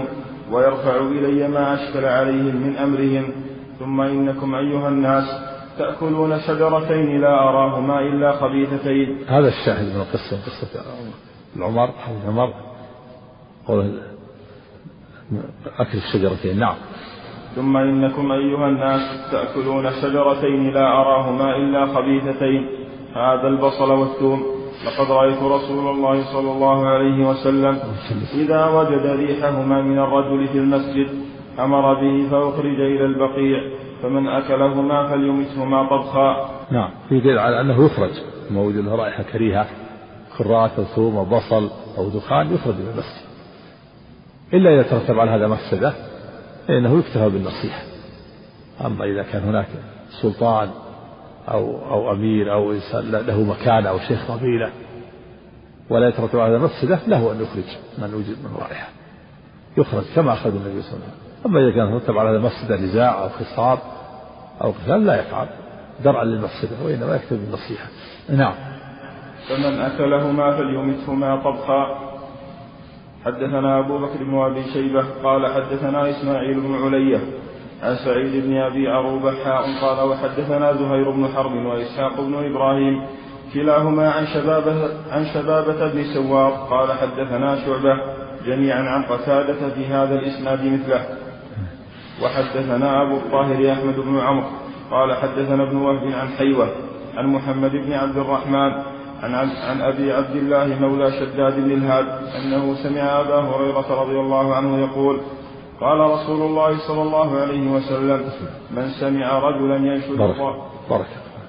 ويرفع إلي ما أشكل عليهم من أمرهم. ثم إنكم أيها الناس تأكلون شجرتين لا أراهما إلا خبيثتين. هذا الشاهد من القصة، قصة عمر قول أكل الشجرتين. نعم. ثم إنكم أيها الناس تأكلون شجرتين لا أراهما إلا خبيثتين، هذا البصل والثوم. لقد رأيت رسول الله صلى الله عليه وسلم إذا وجد ريحهما من الرجل في المسجد أمر به فأخرج إلى البقيع، فمن أكلهما فليمسهما طبخا. نعم، في دليل على أنه يخرج ما وجد له رائحة كريهة، كرات أو ثوم أو بصل أو دخان، يخرج من المسجد، إلا إذا ترتب على هذا مفسدة فإنه يكتفى بالنصيحة. أما إذا كان هناك سلطان أو أمير أو إنسان له مكان أو شيخ قبيلة ولا يترتب على هذا مفسدة، له أن يخرج من وجد من رائحة، يخرج كما أخرج النبي صلى الله عليه وسلم. أما إذا كان يترتب على هذا مفسدة نزاع أو خصام أو قتال لا يفعل درعا للمفسدة، وإنما يكتفي بالنصيحة. نعم. فمن أكلهما فليمسهما طبخا. حدثنا أبو بكر بن أبي شيبة قال حدثنا إسماعيل بن علية عن سعيد بن أبي عروبة قال وحدثنا زهير بن حرب وإسحاق بن إبراهيم كلاهما عن شبابة بن سوار قال حدثنا شعبة جميعا عن قتادة في هذا الإسناد مثله. وحدثنا أبو الطاهر أحمد بن عمرو قال حدثنا ابن وهب عن حيوة عن محمد بن عبد الرحمن عن أبي عبد الله مولى شداد بن الهاد أنه سمع أبا هريرة رضي الله عنه يقول قال رسول الله صلى الله عليه وسلم من سمع رجلا ينشد بارك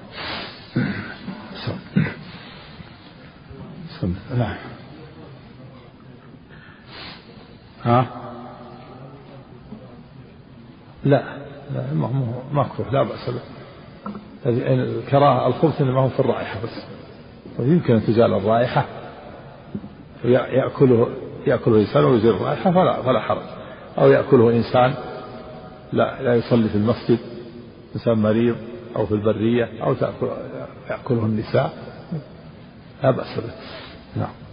نعم. لا مكروه لا بأس به. الكراهة الخبث إنما هو في الرائحة بس، ويمكن أن تزال الرائحة يأكله إنسان ويزيل الرائحة فلا حرج، أو يأكله إنسان لا يصلي في المسجد، إنسان مريض أو في البرية، أو يأكله النساء لا بأس به. نعم.